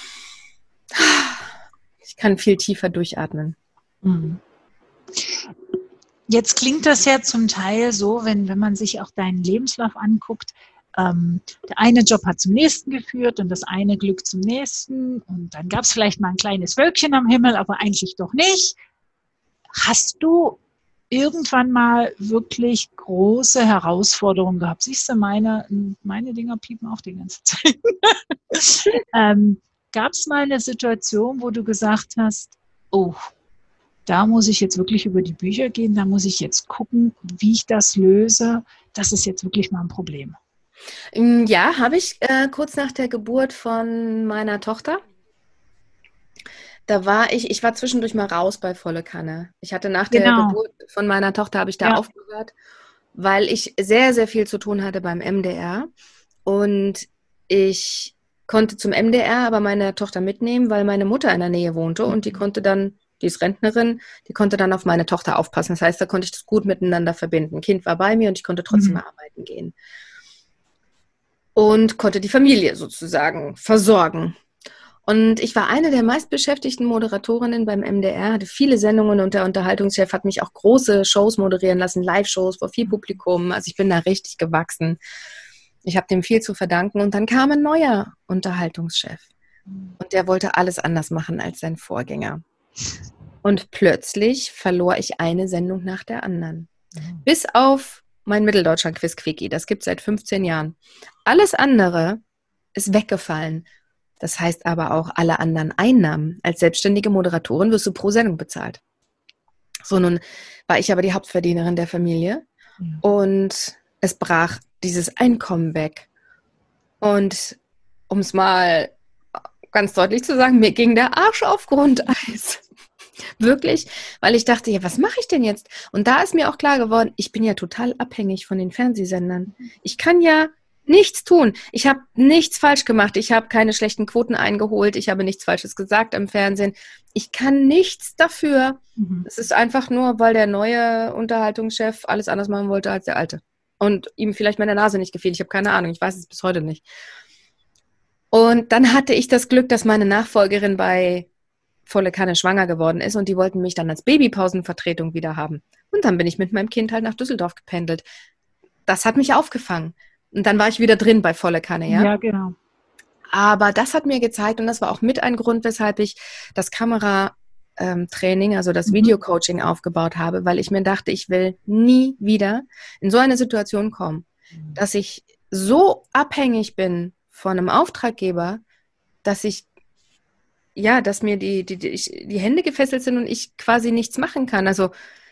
ich kann viel tiefer durchatmen. Mhm. Jetzt klingt das ja zum Teil so, wenn, wenn man sich auch deinen Lebenslauf anguckt, ähm, der eine Job hat zum nächsten geführt und das eine Glück zum nächsten und dann gab es vielleicht mal ein kleines Wölkchen am Himmel, aber eigentlich doch nicht. Hast du irgendwann mal wirklich große Herausforderungen gehabt? Siehst du, meine, meine Dinger piepen auch die ganze Zeit. ähm, gab es mal eine Situation, wo du gesagt hast, oh, da muss ich jetzt wirklich über die Bücher gehen, da muss ich jetzt gucken, wie ich das löse. Das ist jetzt wirklich mal ein Problem. Ja, habe ich äh, kurz nach der Geburt von meiner Tochter. Da war ich, ich war zwischendurch mal raus bei Volle Kanne. Ich hatte nach der Genau. Geburt von meiner Tochter, habe ich da Ja. aufgehört, weil ich sehr, sehr viel zu tun hatte beim M D R. Und ich konnte zum M D R aber meine Tochter mitnehmen, weil meine Mutter in der Nähe wohnte und die konnte dann, die ist Rentnerin, die konnte dann auf meine Tochter aufpassen. Das heißt, da konnte ich das gut miteinander verbinden. Ein Kind war bei mir und ich konnte trotzdem Mhm. arbeiten gehen. Und konnte die Familie sozusagen versorgen. Und ich war eine der meistbeschäftigten Moderatorinnen beim M D R, hatte viele Sendungen und der Unterhaltungschef hat mich auch große Shows moderieren lassen, Live-Shows vor viel Publikum. Also ich bin da richtig gewachsen. Ich habe dem viel zu verdanken. Und dann kam ein neuer Unterhaltungschef. Und der wollte alles anders machen als sein Vorgänger. Und plötzlich verlor ich eine Sendung nach der anderen. Bis auf mein Mitteldeutschland-Quiz-Quickie. Das gibt es seit fünfzehn Jahren. Alles andere ist weggefallen. Das heißt aber auch, alle anderen Einnahmen. Als selbstständige Moderatorin wirst du pro Sendung bezahlt. So, nun war ich aber die Hauptverdienerin der Familie Ja. und es brach dieses Einkommen weg. Und um es mal ganz deutlich zu sagen, mir ging der Arsch auf Grundeis. Wirklich, weil ich dachte, ja, was mache ich denn jetzt? Und da ist mir auch klar geworden, ich bin ja total abhängig von den Fernsehsendern. Ich kann ja nichts tun. Ich habe nichts falsch gemacht. Ich habe keine schlechten Quoten eingeholt. Ich habe nichts Falsches gesagt im Fernsehen. Ich kann nichts dafür. Mhm. Es ist einfach nur, weil der neue Unterhaltungschef alles anders machen wollte als der alte. Und ihm vielleicht meine Nase nicht gefiel. Ich habe keine Ahnung. Ich weiß es bis heute nicht. Und dann hatte ich das Glück, dass meine Nachfolgerin bei Volle Kanne schwanger geworden ist und die wollten mich dann als Babypausenvertretung wieder haben. Und dann bin ich mit meinem Kind halt nach Düsseldorf gependelt. Das hat mich aufgefangen. Und dann war ich wieder drin bei Volle Kanne, ja? Ja, genau. Aber das hat mir gezeigt, und das war auch mit ein Grund, weshalb ich das Kameratraining, also das Mhm. Videocoaching aufgebaut habe, weil ich mir dachte, ich will nie wieder in so eine Situation kommen, dass ich so abhängig bin von einem Auftraggeber, dass ich, ja, dass mir die, die, die, die Hände gefesselt sind und ich quasi nichts machen kann. Also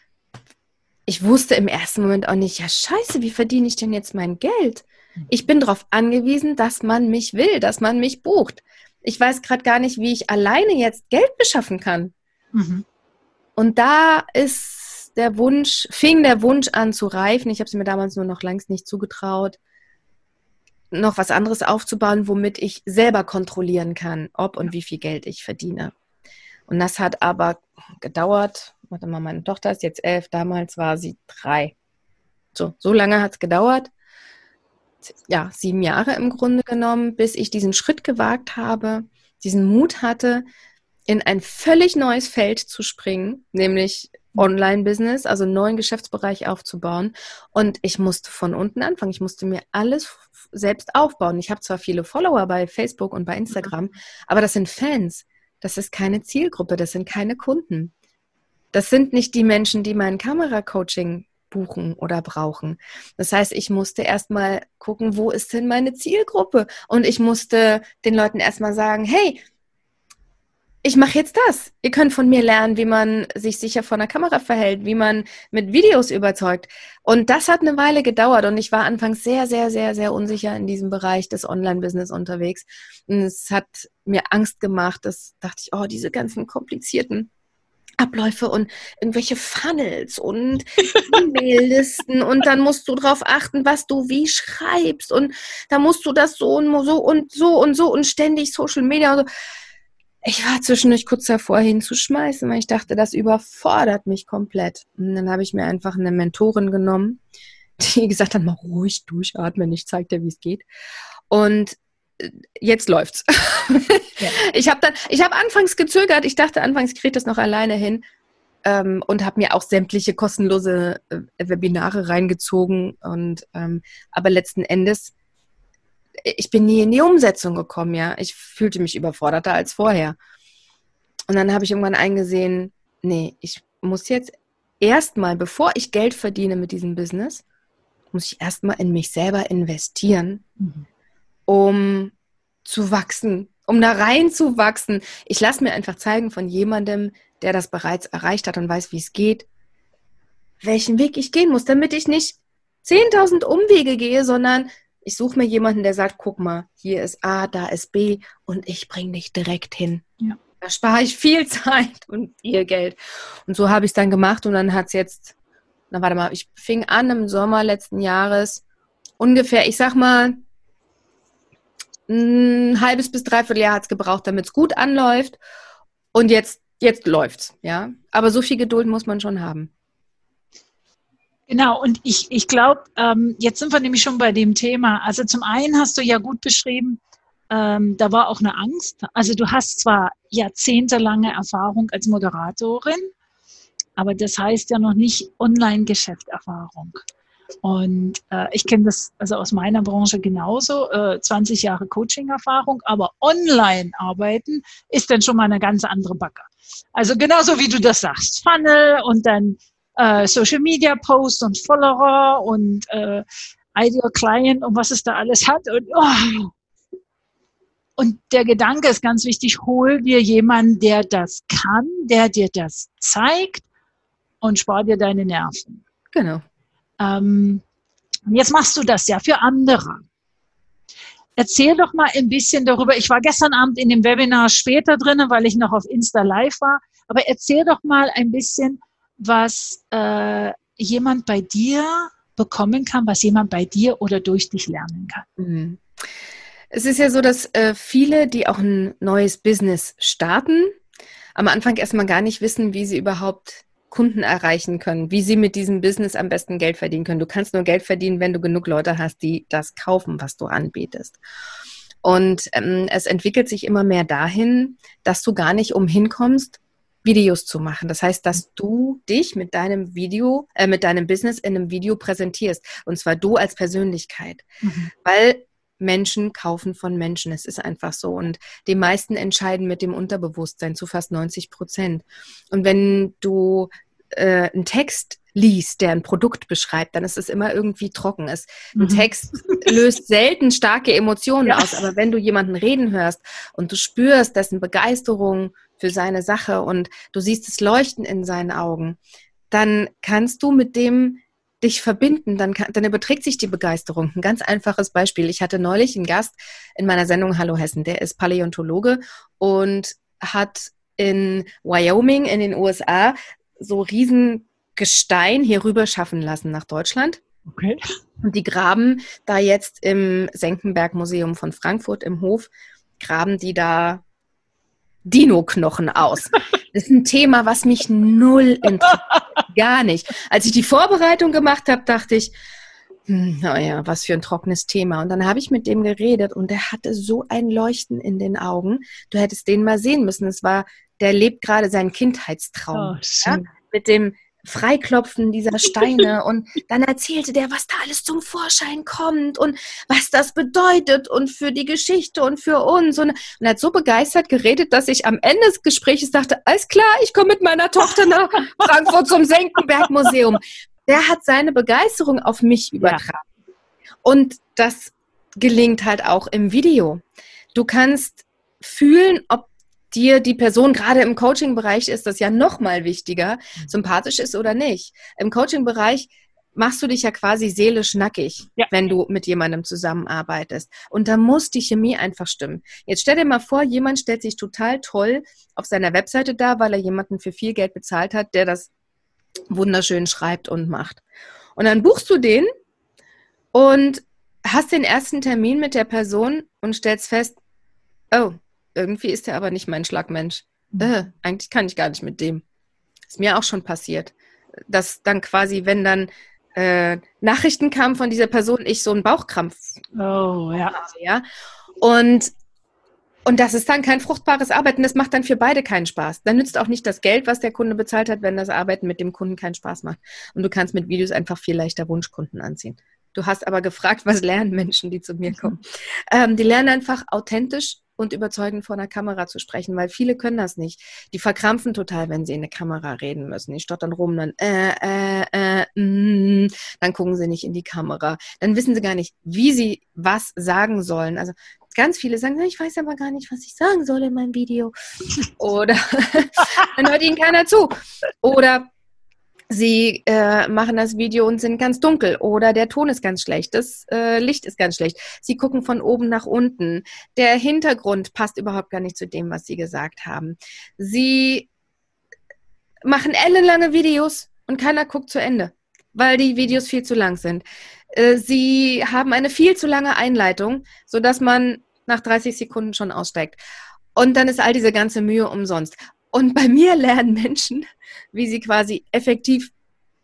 ich wusste im ersten Moment auch nicht, ja scheiße, wie verdiene ich denn jetzt mein Geld? Ich bin darauf angewiesen, dass man mich will, dass man mich bucht. Ich weiß gerade gar nicht, wie ich alleine jetzt Geld beschaffen kann. Mhm. Und da ist der Wunsch, fing der Wunsch an zu reifen. Ich habe es mir damals nur noch längst nicht zugetraut, noch was anderes aufzubauen, womit ich selber kontrollieren kann, ob und wie viel Geld ich verdiene. Und das hat aber gedauert. Warte mal, meine Tochter ist jetzt elf, damals war sie drei. So, so lange hat es gedauert. Ja, sieben Jahre im Grunde genommen, bis ich diesen Schritt gewagt habe, diesen Mut hatte, in ein völlig neues Feld zu springen, nämlich Online-Business, also einen neuen Geschäftsbereich aufzubauen. Und ich musste von unten anfangen. Ich musste mir alles selbst aufbauen. Ich habe zwar viele Follower bei Facebook und bei Instagram, aber das sind Fans. Das ist keine Zielgruppe, das sind keine Kunden. Das sind nicht die Menschen, die mein Kameracoaching buchen oder brauchen. Das heißt, ich musste erstmal gucken, wo ist denn meine Zielgruppe? Und ich musste den Leuten erstmal sagen, hey, ich mache jetzt das. Ihr könnt von mir lernen, wie man sich sicher vor einer Kamera verhält, wie man mit Videos überzeugt. Und das hat eine Weile gedauert und ich war anfangs sehr, sehr, sehr, sehr unsicher in diesem Bereich des Online-Business unterwegs. Und es hat mir Angst gemacht, das dachte ich, oh, diese ganzen komplizierten Abläufe und irgendwelche Funnels und E-Mail-Listen und dann musst du darauf achten, was du wie schreibst und da musst du das so und so und so und so und ständig Social Media und so. Ich war zwischendurch kurz davor hinzuschmeißen, weil ich dachte, das überfordert mich komplett. Und dann habe ich mir einfach eine Mentorin genommen, die gesagt hat, mal ruhig durchatmen, ich zeig dir, wie es geht. Und jetzt läuft's. Ja. Ich habe dann, ich habe anfangs gezögert, ich dachte anfangs, ich kriege das noch alleine hin ähm, und habe mir auch sämtliche kostenlose äh, Webinare reingezogen. Und ähm, aber letzten Endes, ich bin nie in die Umsetzung gekommen, ja. Ich fühlte mich überforderter als vorher. Und dann habe ich irgendwann eingesehen, nee, ich muss jetzt erstmal, bevor ich Geld verdiene mit diesem Business, muss ich erstmal in mich selber investieren, mhm. um zu wachsen, um da reinzuwachsen. Ich lasse mir einfach zeigen von jemandem, der das bereits erreicht hat und weiß, wie es geht, welchen Weg ich gehen muss, damit ich nicht zehntausend Umwege gehe, sondern ich suche mir jemanden, der sagt, guck mal, hier ist A, da ist B und ich bringe dich direkt hin. Ja. Da spare ich viel Zeit und viel Geld. Und so habe ich es dann gemacht und dann hat es jetzt, na warte mal, ich fing an im Sommer letzten Jahres, ungefähr, ich sag mal, ein halbes bis dreiviertel Jahr hat es gebraucht, damit es gut anläuft und jetzt, jetzt läuft's, ja. Aber so viel Geduld muss man schon haben. Genau, und ich, ich glaube, ähm, jetzt sind wir nämlich schon bei dem Thema. Also zum einen hast du ja gut beschrieben, ähm, da war auch eine Angst. Also du hast zwar jahrzehntelange Erfahrung als Moderatorin, aber das heißt ja noch nicht Online-Geschäft-Erfahrung. Und äh, ich kenne das also aus meiner Branche genauso, äh, zwanzig Jahre Coaching-Erfahrung, aber online arbeiten ist dann schon mal eine ganz andere Backe. Also genauso wie du das sagst, Funnel und dann Uh, Social Media Posts und Follower und uh, Ideal Client und was es da alles hat. Und, oh. und der Gedanke ist ganz wichtig, hol dir jemanden, der das kann, der dir das zeigt und spar dir deine Nerven. Genau. Um, jetzt machst du das ja für andere. Erzähl doch mal ein bisschen darüber. Ich war gestern Abend in dem Webinar später drin, weil ich noch auf Insta Live war. Aber erzähl doch mal ein bisschen, was äh, jemand bei dir bekommen kann, was jemand bei dir oder durch dich lernen kann. Mhm. Es ist ja so, dass äh, viele, die auch ein neues Business starten, am Anfang erstmal gar nicht wissen, wie sie überhaupt Kunden erreichen können, wie sie mit diesem Business am besten Geld verdienen können. Du kannst nur Geld verdienen, wenn du genug Leute hast, die das kaufen, was du anbietest. Und ähm, es entwickelt sich immer mehr dahin, dass du gar nicht umhin kommst, Videos zu machen. Das heißt, dass du dich mit deinem Video, äh, mit deinem Business in einem Video präsentierst. Und zwar du als Persönlichkeit. Mhm. Weil Menschen kaufen von Menschen. Es ist einfach so. Und die meisten entscheiden mit dem Unterbewusstsein zu fast neunzig Prozent. Und wenn du äh, einen Text liest, der ein Produkt beschreibt, dann ist es immer irgendwie trocken. Es, mhm. Ein Text löst selten starke Emotionen ja. aus. Aber wenn du jemanden reden hörst und du spürst dessen Begeisterung für seine Sache und du siehst das Leuchten in seinen Augen, dann kannst du mit dem dich verbinden, dann, kann, dann überträgt sich die Begeisterung. Ein ganz einfaches Beispiel. Ich hatte neulich einen Gast in meiner Sendung Hallo Hessen, der ist Paläontologe und hat in Wyoming in den U S A so riesen Gestein hier rüber schaffen lassen nach Deutschland. Okay. Und die graben da jetzt im Senckenberg-Museum von Frankfurt im Hof, graben die da Dino-Knochen aus. Das ist ein Thema, was mich null interessiert. Gar nicht. Als ich die Vorbereitung gemacht habe, dachte ich, hm, naja, was für ein trockenes Thema. Und dann habe ich mit dem geredet und der hatte so ein Leuchten in den Augen. Du hättest den mal sehen müssen. Es war, der lebt gerade seinen Kindheitstraum. Oh, ja? Mit dem Freiklopfen dieser Steine und dann erzählte der, was da alles zum Vorschein kommt und was das bedeutet und für die Geschichte und für uns und, und er hat so begeistert geredet, dass ich am Ende des Gesprächs dachte, alles klar, ich komme mit meiner Tochter nach Frankfurt zum Senckenberg-Museum. der hat seine Begeisterung auf mich übertragen. Ja. Und das gelingt halt auch im Video. Du kannst fühlen, ob dir die Person, gerade im Coaching-Bereich ist das ja noch mal wichtiger, sympathisch ist oder nicht. Im Coaching-Bereich machst du dich ja quasi seelisch nackig, ja, wenn du mit jemandem zusammenarbeitest. Und da muss die Chemie einfach stimmen. Jetzt stell dir mal vor, jemand stellt sich total toll auf seiner Webseite dar, weil er jemanden für viel Geld bezahlt hat, der das wunderschön schreibt und macht. Und dann buchst du den und hast den ersten Termin mit der Person und stellst fest, oh, irgendwie ist der aber nicht mein Schlagmensch. Äh, eigentlich kann ich gar nicht mit dem. Ist mir auch schon passiert. Dass dann quasi, wenn dann äh, Nachrichten kamen von dieser Person, ich so einen Bauchkrampf oh, ja. habe, ja. Und, und das ist dann kein fruchtbares Arbeiten. Das macht dann für beide keinen Spaß. Dann nützt auch nicht das Geld, was der Kunde bezahlt hat, wenn das Arbeiten mit dem Kunden keinen Spaß macht. Und du kannst mit Videos einfach viel leichter Wunschkunden anziehen. Du hast aber gefragt, was lernen Menschen, die zu mir kommen? Ähm, die lernen einfach authentisch und überzeugend vor einer Kamera zu sprechen, weil viele können das nicht. Die verkrampfen total, wenn sie in eine Kamera reden müssen. Die stottern rum, dann äh, äh, äh, mm, dann gucken sie nicht in die Kamera. Dann wissen sie gar nicht, wie sie was sagen sollen. Also ganz viele sagen, ich weiß aber gar nicht, was ich sagen soll in meinem Video. Oder dann hört ihnen keiner zu. Oder sie äh, machen das Video und sind ganz dunkel oder der Ton ist ganz schlecht, das äh, Licht ist ganz schlecht. Sie gucken von oben nach unten. Der Hintergrund passt überhaupt gar nicht zu dem, was sie gesagt haben. Sie machen ellenlange Videos und keiner guckt zu Ende, weil die Videos viel zu lang sind. Äh, sie haben eine viel zu lange Einleitung, sodass man nach dreißig Sekunden schon aussteigt. Und dann ist all diese ganze Mühe umsonst. Und bei mir lernen Menschen, wie sie quasi effektiv,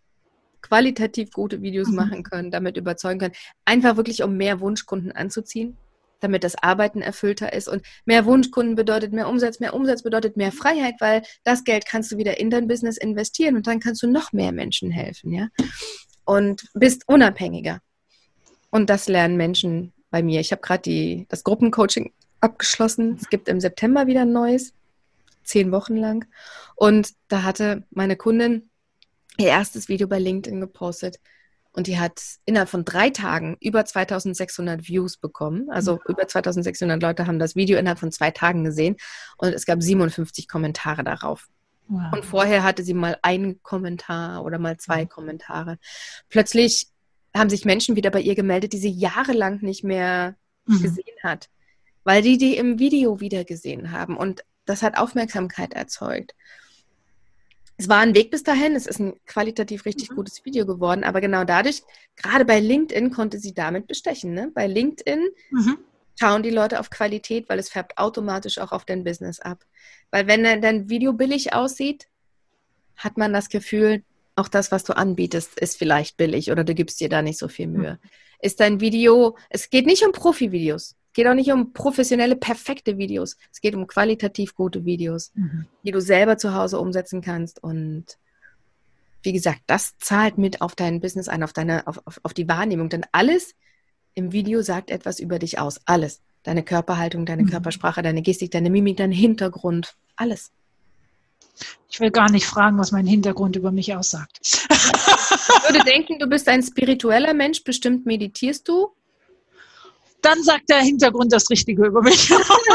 qualitativ gute Videos machen können, damit überzeugen können. Einfach wirklich, um mehr Wunschkunden anzuziehen, damit das Arbeiten erfüllter ist. Und mehr Wunschkunden bedeutet mehr Umsatz. Mehr Umsatz bedeutet mehr Freiheit, weil das Geld kannst du wieder in dein Business investieren und dann kannst du noch mehr Menschen helfen, ja? Und bist unabhängiger. Und das lernen Menschen bei mir. Ich habe gerade die das Gruppencoaching abgeschlossen. Es gibt im September wieder ein neues. Zehn Wochen lang. Und da hatte meine Kundin ihr erstes Video bei LinkedIn gepostet und die hat innerhalb von drei Tagen über zweitausendsechshundert Views bekommen. Also mhm. über zweitausendsechshundert Leute haben das Video innerhalb von zwei Tagen gesehen und es gab siebenundfünfzig Kommentare darauf. Wow. Und vorher hatte sie mal einen Kommentar oder mal zwei mhm. Kommentare. Plötzlich haben sich Menschen wieder bei ihr gemeldet, die sie jahrelang nicht mehr mhm. gesehen hat, weil die die im Video wieder gesehen haben und das hat Aufmerksamkeit erzeugt. Es war ein Weg bis dahin, es ist ein qualitativ richtig mhm. gutes Video geworden, aber genau dadurch, gerade bei LinkedIn konnte sie damit bestechen. Ne? Bei LinkedIn mhm. schauen die Leute auf Qualität, weil es färbt automatisch auch auf dein Business ab. Weil wenn dein Video billig aussieht, hat man das Gefühl, auch das, was du anbietest, ist vielleicht billig oder du gibst dir da nicht so viel Mühe. Mhm. Ist dein Video, es geht nicht um Profi-Videos. Es geht auch nicht um professionelle, perfekte Videos. Es geht um qualitativ gute Videos, mhm. die du selber zu Hause umsetzen kannst. Und wie gesagt, das zahlt mit auf dein Business ein, auf, deine, auf, auf, auf die Wahrnehmung. Denn alles im Video sagt etwas über dich aus. Alles. Deine Körperhaltung, deine mhm. Körpersprache, deine Gestik, deine Mimik, dein Hintergrund. Alles. Ich will gar nicht fragen, was mein Hintergrund über mich aussagt. Ich würde denken, du bist ein spiritueller Mensch. Bestimmt meditierst du. Dann sagt der Hintergrund das Richtige über mich.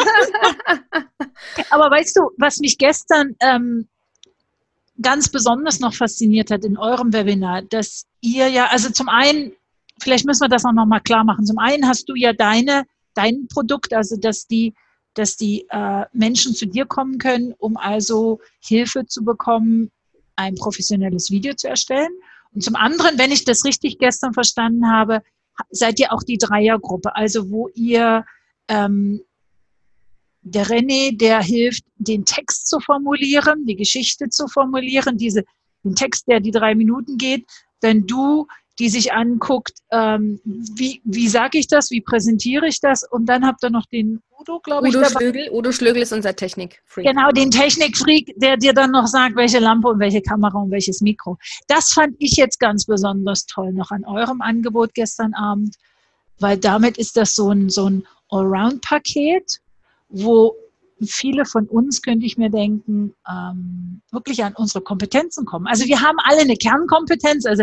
Aber weißt du, was mich gestern ähm, ganz besonders noch fasziniert hat in eurem Webinar, dass ihr ja, also zum einen, vielleicht müssen wir das auch nochmal klar machen, zum einen hast du ja deine, dein Produkt, also dass die, dass die äh, Menschen zu dir kommen können, um also Hilfe zu bekommen, ein professionelles Video zu erstellen. Und zum anderen, wenn ich das richtig gestern verstanden habe, seid ihr auch die Dreiergruppe, also wo ihr ähm, der René, der hilft, den Text zu formulieren, die Geschichte zu formulieren, diese, den Text, der die drei Minuten geht, dann du, die sich anguckt, ähm, wie, wie sage ich das, wie präsentiere ich das und dann habt ihr noch den Udo, glaube ich. Udo Schlögl, Udo Schlögl ist unser Technik-Freak. Genau, den Technik-Freak, der dir dann noch sagt, welche Lampe und welche Kamera und welches Mikro. Das fand ich jetzt ganz besonders toll noch an eurem Angebot gestern Abend, weil damit ist das so ein, so ein Allround-Paket, wo viele von uns, könnte ich mir denken, ähm, wirklich an unsere Kompetenzen kommen. Also wir haben alle eine Kernkompetenz, also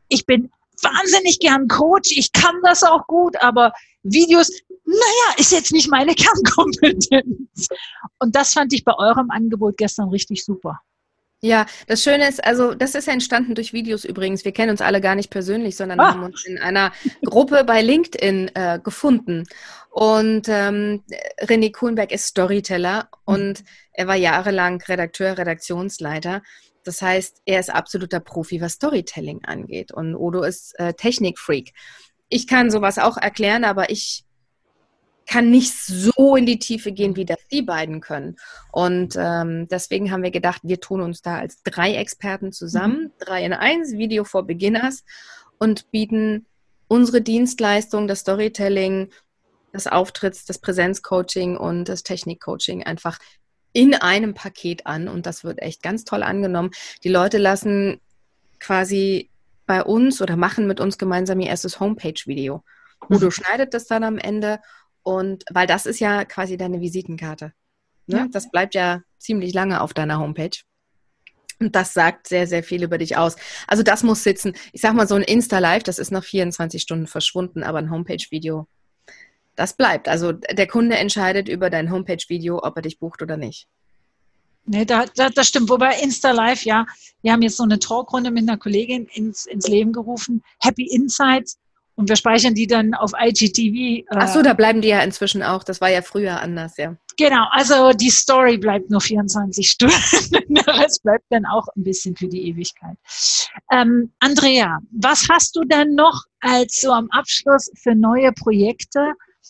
ich bin wahnsinnig gern Coach, ich kann das auch gut, aber Videos, naja, ist jetzt nicht meine Kernkompetenz. Und das fand ich bei eurem Angebot gestern richtig super. Ja, das Schöne ist, also das ist ja entstanden durch Videos übrigens. Wir kennen uns alle gar nicht persönlich, sondern Ah. haben uns in einer Gruppe bei LinkedIn äh, gefunden. Und ähm, René Kuhnberg ist Storyteller und er war jahrelang Redakteur, Redaktionsleiter. Das heißt, er ist absoluter Profi, was Storytelling angeht. Und Odo ist äh, Technikfreak. Ich kann sowas auch erklären, aber ich kann nicht so in die Tiefe gehen, wie das die beiden können. Und ähm, deswegen haben wir gedacht, wir tun uns da als drei Experten zusammen, drei in eins, Video for Beginners, und bieten unsere Dienstleistung, das Storytelling, das Auftritts-, das Präsenzcoaching und das Technikcoaching einfach in einem Paket an. Und das wird echt ganz toll angenommen. Die Leute lassen quasi bei uns oder machen mit uns gemeinsam ihr erstes Homepage-Video. Udo schneidet das dann am Ende. Und weil das ist ja quasi deine Visitenkarte. Ne? Ja. Das bleibt ja ziemlich lange auf deiner Homepage. Und das sagt sehr, sehr viel über dich aus. Also das muss sitzen. Ich sag mal, so ein Insta-Live, das ist nach vierundzwanzig Stunden verschwunden, aber ein Homepage-Video, das bleibt. Also der Kunde entscheidet über dein Homepage-Video, ob er dich bucht oder nicht. Nee, da, da, das stimmt. Wobei Insta-Live, ja, wir haben jetzt so eine Talkrunde mit einer Kollegin ins, ins Leben gerufen, Happy Insights. Und wir speichern die dann auf I G T V. Äh, Ach so, da bleiben die ja inzwischen auch. Das war ja früher anders, ja. Genau, also die Story bleibt nur vierundzwanzig Stunden. Der Rest bleibt dann auch ein bisschen für die Ewigkeit. Ähm, Andrea, was hast du denn noch als so am Abschluss für neue Projekte?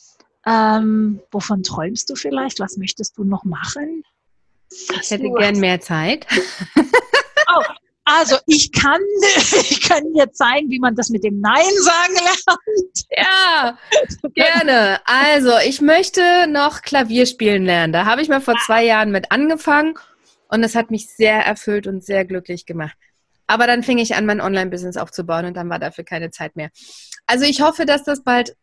Ähm, wovon träumst du vielleicht? Was möchtest du noch machen? Ich hätte gern mehr Zeit. Oh, also ich kann, ich kann dir zeigen, wie man das mit dem Nein sagen lernt. Ja, gerne. Also ich möchte noch Klavier spielen lernen. Da habe ich mal vor zwei Jahren mit angefangen und es hat mich sehr erfüllt und sehr glücklich gemacht. Aber dann fing ich an, mein Online-Business aufzubauen und dann war dafür keine Zeit mehr. Also ich hoffe, dass das bald,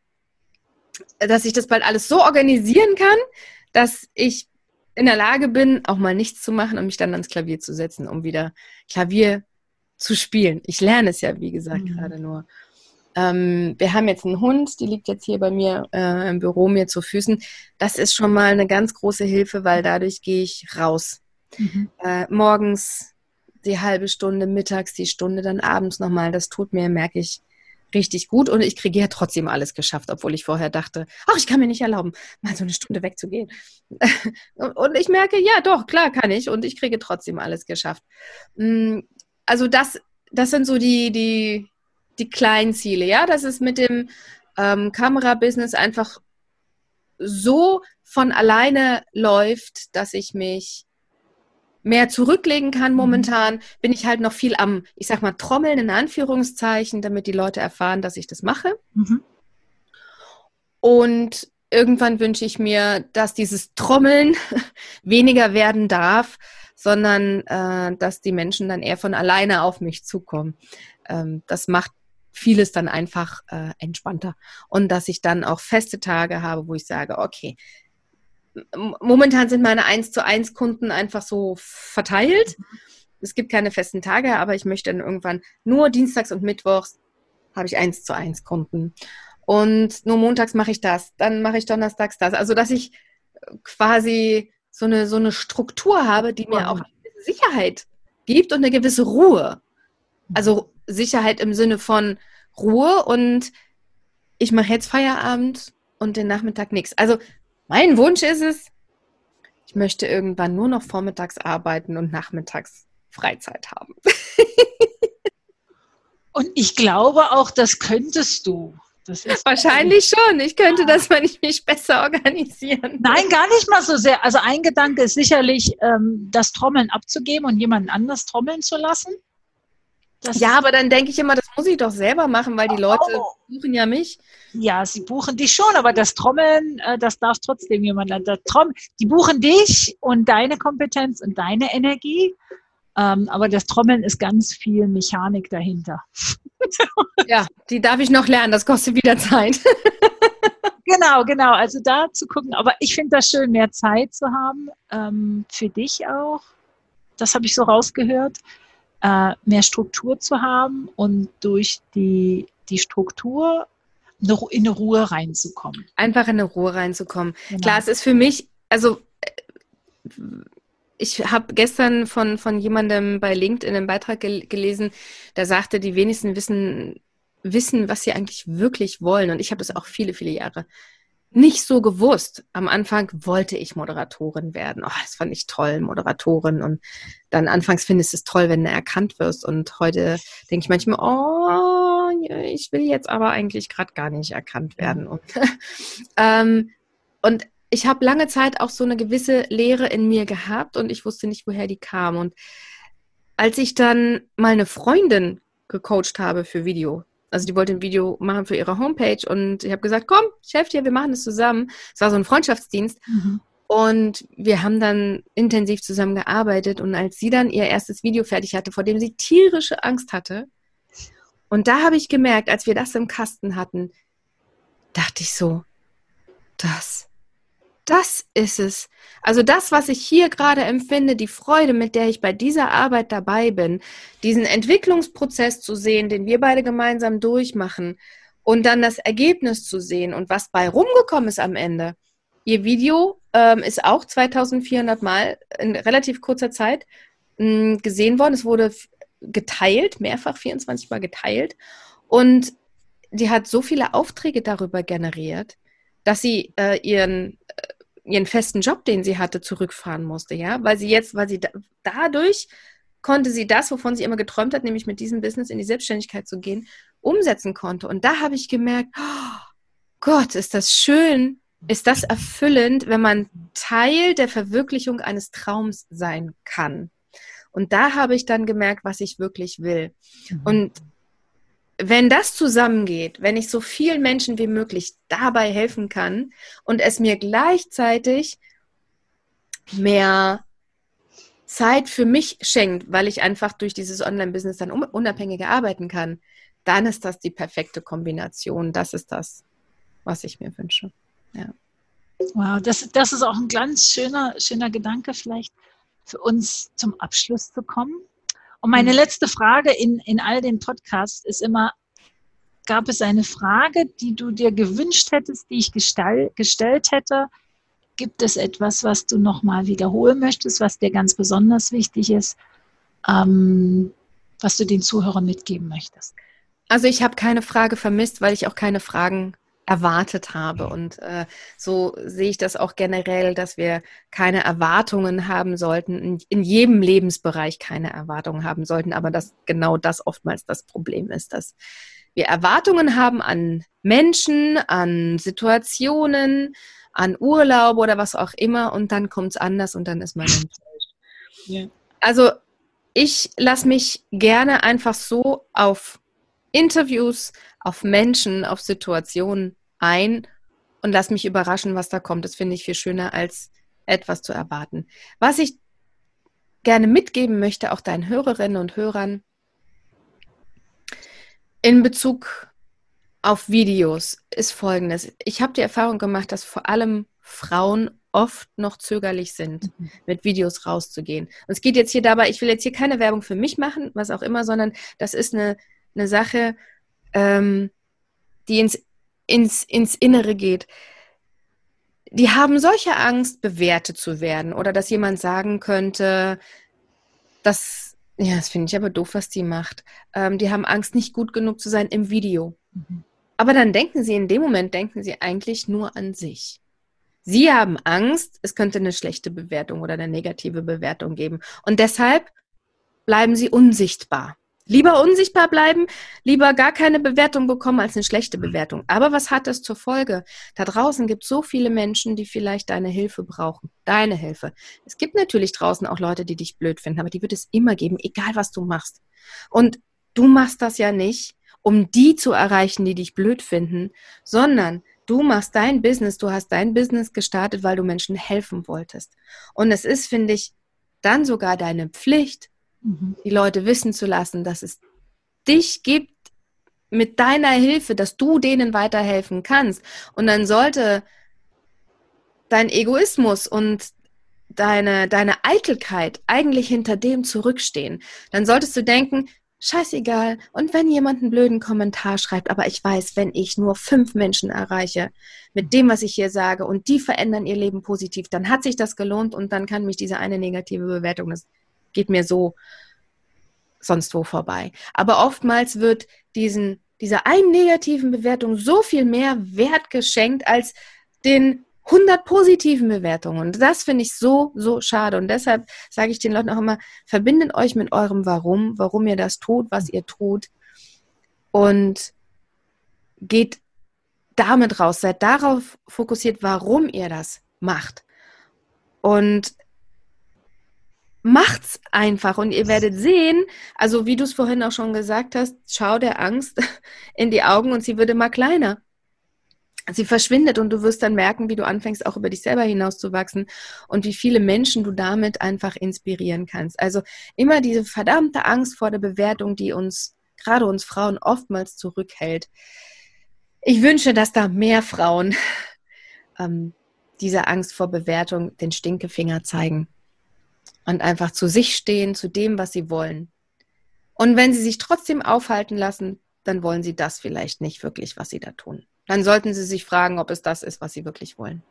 dass ich das bald alles so organisieren kann, dass ich in der Lage bin, auch mal nichts zu machen und mich dann ans Klavier zu setzen, um wieder Klavier zu spielen. Ich lerne es ja, wie gesagt, mhm. gerade nur. Ähm, wir haben jetzt einen Hund, die liegt jetzt hier bei mir äh, im Büro mir zu Füßen. Das ist schon mal eine ganz große Hilfe, weil dadurch gehe ich raus. Mhm. Äh, morgens die halbe Stunde, mittags die Stunde, dann abends nochmal. Das tut mir, merke ich, richtig gut und ich kriege ja trotzdem alles geschafft, obwohl ich vorher dachte, ach, ich kann mir nicht erlauben, mal so eine Stunde wegzugehen. Und ich merke, ja, doch, klar kann ich und ich kriege trotzdem alles geschafft. Also das, das sind so die, die, die kleinen Ziele, ja, dass es mit dem ähm, Kamerabusiness einfach so von alleine läuft, dass ich mich mehr zurücklegen kann. Momentan bin ich halt noch viel am, ich sag mal, Trommeln in Anführungszeichen, damit die Leute erfahren, dass ich das mache. Mhm. Und irgendwann wünsche ich mir, dass dieses Trommeln weniger werden darf, sondern äh, dass die Menschen dann eher von alleine auf mich zukommen. Ähm, das macht vieles dann einfach äh, entspannter. Und dass ich dann auch feste Tage habe, wo ich sage, okay, momentan sind meine eins zu eins Kunden einfach so verteilt. Es gibt keine festen Tage, aber ich möchte dann irgendwann nur dienstags und mittwochs habe ich eins zu eins Kunden. Und nur montags mache ich das, dann mache ich donnerstags das. Also, dass ich quasi so eine, so eine Struktur habe, die mir auch eine gewisse Sicherheit gibt und eine gewisse Ruhe. Also Sicherheit im Sinne von Ruhe und ich mache jetzt Feierabend und den Nachmittag nichts. Also mein Wunsch ist es, ich möchte irgendwann nur noch vormittags arbeiten und nachmittags Freizeit haben. Und ich glaube auch, das könntest du. Das ist wahrscheinlich schon. Ich könnte das, wenn ich mich besser organisieren. Nein, gar nicht mal so sehr. Also ein Gedanke ist sicherlich, ähm, das Trommeln abzugeben und jemanden anders trommeln zu lassen. Das ja, aber dann denke ich immer, das muss ich doch selber machen, weil die Leute oh. buchen ja mich. Ja, sie buchen dich schon, aber das Trommeln, äh, das darf trotzdem jemand anders. Die buchen dich und deine Kompetenz und deine Energie, ähm, aber das Trommeln ist ganz viel Mechanik dahinter. Ja, die darf ich noch lernen, das kostet wieder Zeit. Genau, genau, also da zu gucken. Aber ich finde das schön, mehr Zeit zu haben, ähm, für dich auch. Das habe ich so rausgehört. äh, mehr Struktur zu haben und durch die, die Struktur in eine Ruhe reinzukommen. Einfach in eine Ruhe reinzukommen. Genau. Klar, es ist für mich, also ich habe gestern von, von jemandem bei LinkedIn einen Beitrag gel- gelesen, der sagte, die wenigsten wissen, wissen, was sie eigentlich wirklich wollen. Und ich habe das auch viele, viele Jahre nicht so gewusst. Am Anfang wollte ich Moderatorin werden. Oh, das fand ich toll, Moderatorin. Und dann anfangs findest du es toll, wenn du erkannt wirst. Und heute denke ich manchmal, oh, ich will jetzt aber eigentlich gerade gar nicht erkannt werden. Und, ähm, und ich habe lange Zeit auch so eine gewisse Leere in mir gehabt und ich wusste nicht, woher die kam. Und als ich dann mal eine Freundin gecoacht habe für Video, also die wollte ein Video machen für ihre Homepage und ich habe gesagt, komm, ich helfe dir, wir machen das zusammen. Es war so ein Freundschaftsdienst mhm. und wir haben dann intensiv zusammen gearbeitet und als sie dann ihr erstes Video fertig hatte, vor dem sie tierische Angst hatte, und da habe ich gemerkt, als wir das im Kasten hatten, dachte ich so, das Das ist es. Also das, was ich hier gerade empfinde, die Freude, mit der ich bei dieser Arbeit dabei bin, diesen Entwicklungsprozess zu sehen, den wir beide gemeinsam durchmachen und dann das Ergebnis zu sehen und was bei rumgekommen ist am Ende. Ihr Video ähm, ist auch zweitausendvierhundert Mal in relativ kurzer Zeit mh, gesehen worden. Es wurde f- geteilt, mehrfach vierundzwanzig Mal geteilt und die hat so viele Aufträge darüber generiert, dass sie äh, ihren ihren festen Job, den sie hatte, zurückfahren musste, ja, weil sie jetzt, weil sie da, dadurch konnte sie das, wovon sie immer geträumt hat, nämlich mit diesem Business in die Selbstständigkeit zu gehen, umsetzen konnte. Und da habe ich gemerkt, oh Gott, ist das schön, ist das erfüllend, wenn man Teil der Verwirklichung eines Traums sein kann. Und da habe ich dann gemerkt, was ich wirklich will. Mhm. Und wenn das zusammengeht, wenn ich so vielen Menschen wie möglich dabei helfen kann und es mir gleichzeitig mehr Zeit für mich schenkt, weil ich einfach durch dieses Online-Business dann unabhängiger arbeiten kann, dann ist das die perfekte Kombination. Das ist das, was ich mir wünsche. Ja. Wow, das, das ist auch ein ganz schöner, schöner Gedanke, vielleicht für uns zum Abschluss zu kommen. Und meine letzte Frage in, in all den Podcasts ist immer, gab es eine Frage, die du dir gewünscht hättest, die ich gestell, gestellt hätte? Gibt es etwas, was du nochmal wiederholen möchtest, was dir ganz besonders wichtig ist, ähm, was du den Zuhörern mitgeben möchtest? Also ich habe keine Frage vermisst, weil ich auch keine Fragen erwartet habe. Und äh, so sehe ich das auch generell, dass wir keine Erwartungen haben sollten, in, in jedem Lebensbereich keine Erwartungen haben sollten, aber dass genau das oftmals das Problem ist, dass wir Erwartungen haben an Menschen, an Situationen, an Urlaub oder was auch immer und dann kommt es anders und dann ist man enttäuscht. Yeah. Also ich lasse mich gerne einfach so auf Interviews, auf Menschen, auf Situationen ein und lass mich überraschen, was da kommt. Das finde ich viel schöner, als etwas zu erwarten. Was ich gerne mitgeben möchte, auch deinen Hörerinnen und Hörern, in Bezug auf Videos, ist Folgendes. Ich habe die Erfahrung gemacht, dass vor allem Frauen oft noch zögerlich sind, mhm. mit Videos rauszugehen. Und es geht jetzt hier dabei, ich will jetzt hier keine Werbung für mich machen, was auch immer, sondern das ist eine eine Sache, ähm, die ins, ins, ins Innere geht. Die haben solche Angst, bewertet zu werden oder dass jemand sagen könnte, das, ja, das finde ich aber doof, was die macht. Ähm, die haben Angst, nicht gut genug zu sein im Video. Mhm. Aber dann denken sie, in dem Moment denken sie eigentlich nur an sich. Sie haben Angst, es könnte eine schlechte Bewertung oder eine negative Bewertung geben. Und deshalb bleiben sie unsichtbar. Lieber unsichtbar bleiben, lieber gar keine Bewertung bekommen als eine schlechte Bewertung. Aber was hat das zur Folge? Da draußen gibt es so viele Menschen, die vielleicht deine Hilfe brauchen. Deine Hilfe. Es gibt natürlich draußen auch Leute, die dich blöd finden, aber die wird es immer geben, egal was du machst. Und du machst das ja nicht, um die zu erreichen, die dich blöd finden, sondern du machst dein Business, du hast dein Business gestartet, weil du Menschen helfen wolltest. Und es ist, finde ich, dann sogar deine Pflicht, die Leute wissen zu lassen, dass es dich gibt mit deiner Hilfe, dass du denen weiterhelfen kannst. Und dann sollte dein Egoismus und deine, deine Eitelkeit eigentlich hinter dem zurückstehen, dann solltest du denken, scheißegal, und wenn jemand einen blöden Kommentar schreibt, aber ich weiß, wenn ich nur fünf Menschen erreiche mit dem, was ich hier sage, und die verändern ihr Leben positiv, dann hat sich das gelohnt und dann kann mich diese eine negative Bewertung, das geht mir so sonst wo vorbei. Aber oftmals wird diesen, dieser einen negativen Bewertung so viel mehr Wert geschenkt als den hundert positiven Bewertungen. Und das finde ich so, so schade. Und deshalb sage ich den Leuten auch immer, verbindet euch mit eurem Warum, warum ihr das tut, was ihr tut. Und geht damit raus. Seid darauf fokussiert, warum ihr das macht. Und macht's einfach. Und ihr werdet sehen, also wie du es vorhin auch schon gesagt hast, schau der Angst in die Augen und sie wird immer kleiner. Sie verschwindet und du wirst dann merken, wie du anfängst, auch über dich selber hinauszuwachsen und wie viele Menschen du damit einfach inspirieren kannst. Also immer diese verdammte Angst vor der Bewertung, die uns, gerade uns Frauen, oftmals zurückhält. Ich wünsche, dass da mehr Frauen ähm, diese Angst vor Bewertung den Stinkefinger zeigen und einfach zu sich stehen, zu dem, was sie wollen. Und wenn sie sich trotzdem aufhalten lassen, dann wollen sie das vielleicht nicht wirklich, was sie da tun. Dann sollten Sie sich fragen, ob es das ist, was Sie wirklich wollen.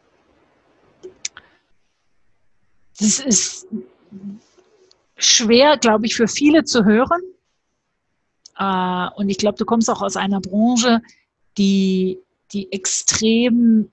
Das ist schwer, glaube ich, für viele zu hören. Und ich glaube, du kommst auch aus einer Branche, die, die extrem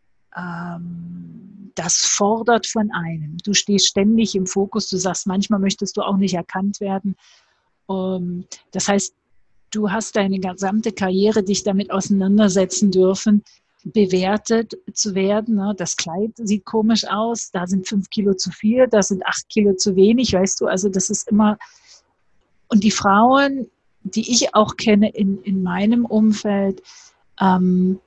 ähm, das fordert von einem. Du stehst ständig im Fokus. Du sagst, manchmal möchtest du auch nicht erkannt werden. Das heißt, du hast deine gesamte Karriere dich damit auseinandersetzen dürfen, bewertet zu werden. Das Kleid sieht komisch aus, da sind fünf Kilo zu viel, da sind acht Kilo zu wenig, weißt du, also das ist immer, und die Frauen, die ich auch kenne in, in meinem Umfeld, ähm,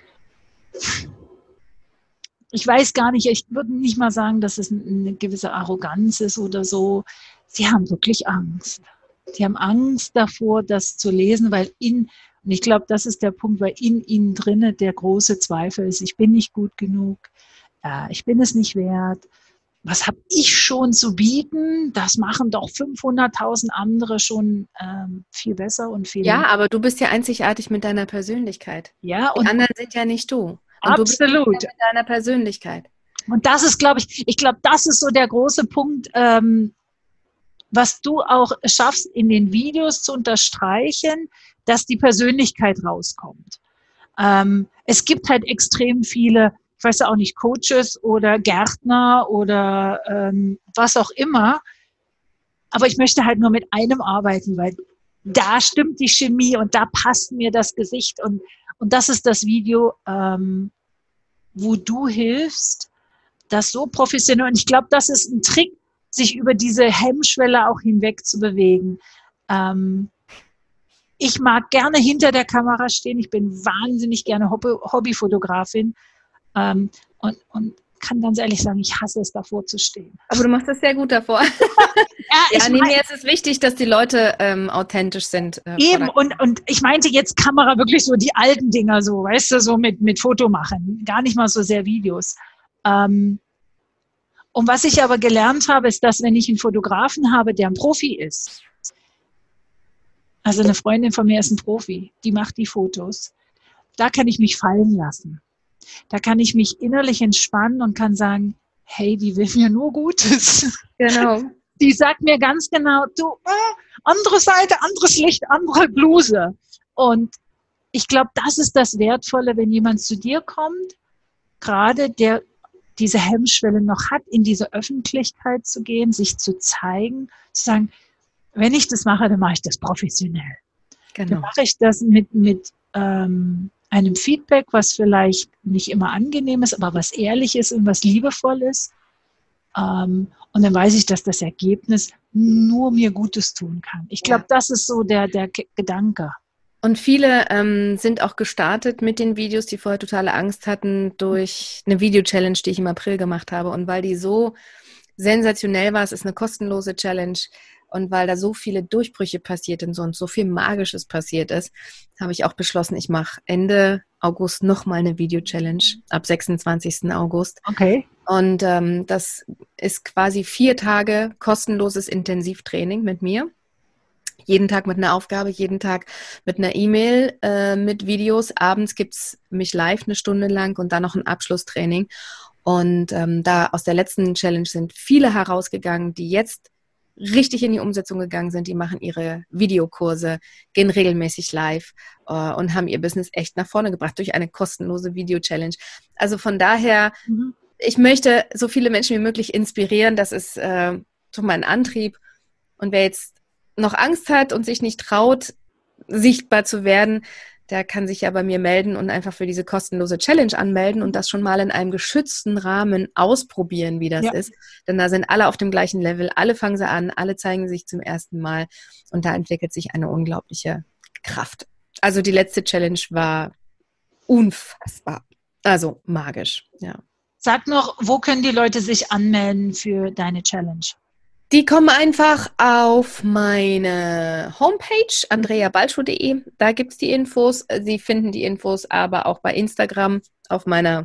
ich weiß gar nicht, ich würde nicht mal sagen, dass es eine gewisse Arroganz ist oder so, sie haben wirklich Angst. Die haben Angst davor, das zu lesen, weil in, und ich glaube, das ist der Punkt, weil in ihnen drinne der große Zweifel ist, ich bin nicht gut genug, äh, ich bin es nicht wert, was habe ich schon zu bieten, das machen doch fünfhunderttausend andere schon ähm, viel besser und viel Ja, mehr. aber du bist ja einzigartig mit deiner Persönlichkeit. Ja, Die und anderen sind ja nicht du. Und absolut. Du bist ja mit deiner Persönlichkeit. Und das ist, glaube ich, ich glaube, das ist so der große Punkt, ähm, was du auch schaffst, in den Videos zu unterstreichen, dass die Persönlichkeit rauskommt. Ähm, es gibt halt extrem viele, ich weiß ja auch nicht, Coaches oder Gärtner oder ähm, was auch immer, aber ich möchte halt nur mit einem arbeiten, weil da stimmt die Chemie und da passt mir das Gesicht und, und das ist das Video, ähm, wo du hilfst, das so professionell, und ich glaube, das ist ein Trick, sich über diese Hemmschwelle auch hinweg zu bewegen. Ähm, ich mag gerne hinter der Kamera stehen. Ich bin wahnsinnig gerne Hobby, Hobbyfotografin ähm, und, und kann ganz ehrlich sagen, ich hasse es, davor zu stehen. Aber du machst das sehr gut davor. Ja, ja nee, mir ist es wichtig, dass die Leute ähm, authentisch sind. Äh, eben, und, und ich meinte jetzt Kamera wirklich so die alten Dinger so, weißt du, so mit, mit Foto machen. Gar nicht mal so sehr Videos. Ähm, Und was ich aber gelernt habe, ist, dass wenn ich einen Fotografen habe, der ein Profi ist, also eine Freundin von mir ist ein Profi, die macht die Fotos, da kann ich mich fallen lassen. Da kann ich mich innerlich entspannen und kann sagen, hey, die will mir nur Gutes. Genau. Die sagt mir ganz genau, du, äh, andere Seite, anderes Licht, andere Bluse. Und ich glaube, das ist das Wertvolle, wenn jemand zu dir kommt, gerade der diese Hemmschwelle noch hat, in diese Öffentlichkeit zu gehen, sich zu zeigen, zu sagen, wenn ich das mache, dann mache ich das professionell. Genau. Dann mache ich das mit, mit ähm, einem Feedback, was vielleicht nicht immer angenehm ist, aber was ehrlich ist und was liebevoll ist. Ähm, und dann weiß ich, dass das Ergebnis nur mir Gutes tun kann. Ich glaube, ja. Das ist so der, der G- Gedanke. Und viele ähm, sind auch gestartet mit den Videos, die vorher totale Angst hatten, durch eine Video-Challenge, die ich im April gemacht habe. Und weil die so sensationell war, es ist eine kostenlose Challenge, und weil da so viele Durchbrüche passiert sind und so viel Magisches passiert ist, habe ich auch beschlossen, ich mache Ende August nochmal eine Video-Challenge, ab sechsundzwanzigsten August. Okay. Und ähm, das ist quasi vier Tage kostenloses Intensivtraining mit mir. Jeden Tag mit einer Aufgabe, jeden Tag mit einer E-Mail, äh, mit Videos. Abends gibt's mich live eine Stunde lang und dann noch ein Abschlusstraining. Und ähm, da aus der letzten Challenge sind viele herausgegangen, die jetzt richtig in die Umsetzung gegangen sind. Die machen ihre Videokurse, gehen regelmäßig live äh, und haben ihr Business echt nach vorne gebracht durch eine kostenlose Video-Challenge. Also von daher, mhm. ich möchte so viele Menschen wie möglich inspirieren. Das ist äh, so mein Antrieb. Und wer jetzt noch Angst hat und sich nicht traut, sichtbar zu werden, der kann sich ja bei mir melden und einfach für diese kostenlose Challenge anmelden und das schon mal in einem geschützten Rahmen ausprobieren, wie das ja. ist. Denn da sind alle auf dem gleichen Level, alle fangen sie an, alle zeigen sich zum ersten Mal und da entwickelt sich eine unglaubliche Kraft. Also die letzte Challenge war unfassbar, also magisch, ja. Sag noch, wo können die Leute sich anmelden für deine Challenge? Die kommen einfach auf meine Homepage, andrea balschuh punkt de. Da gibt es die Infos. Sie finden die Infos aber auch bei Instagram auf meiner,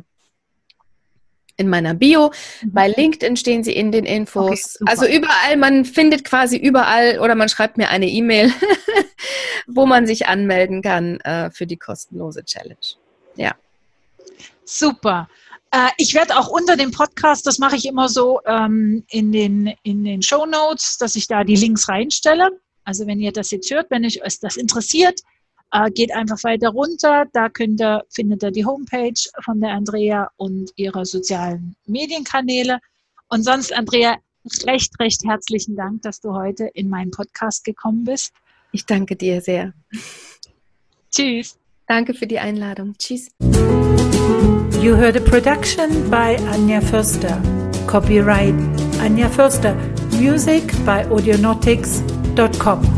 in meiner Bio. Mhm. Bei LinkedIn stehen sie in den Infos. Okay, also überall, man findet quasi überall oder man schreibt mir eine E-Mail, wo man sich anmelden kann äh, für die kostenlose Challenge. Ja. Super. Ich werde auch unter dem Podcast, das mache ich immer so ähm, in den, in den Shownotes, dass ich da die Links reinstelle. Also wenn ihr das jetzt hört, wenn euch das interessiert, äh, geht einfach weiter runter. Da könnt ihr, findet ihr die Homepage von der Andrea und ihre sozialen Medienkanäle. Und sonst, Andrea, recht, recht herzlichen Dank, dass du heute in meinen Podcast gekommen bist. Ich danke dir sehr. Tschüss. Danke für die Einladung. Tschüss. You heard a production by Anja Förster. Copyright Anja Förster. Music by audionautics dot com.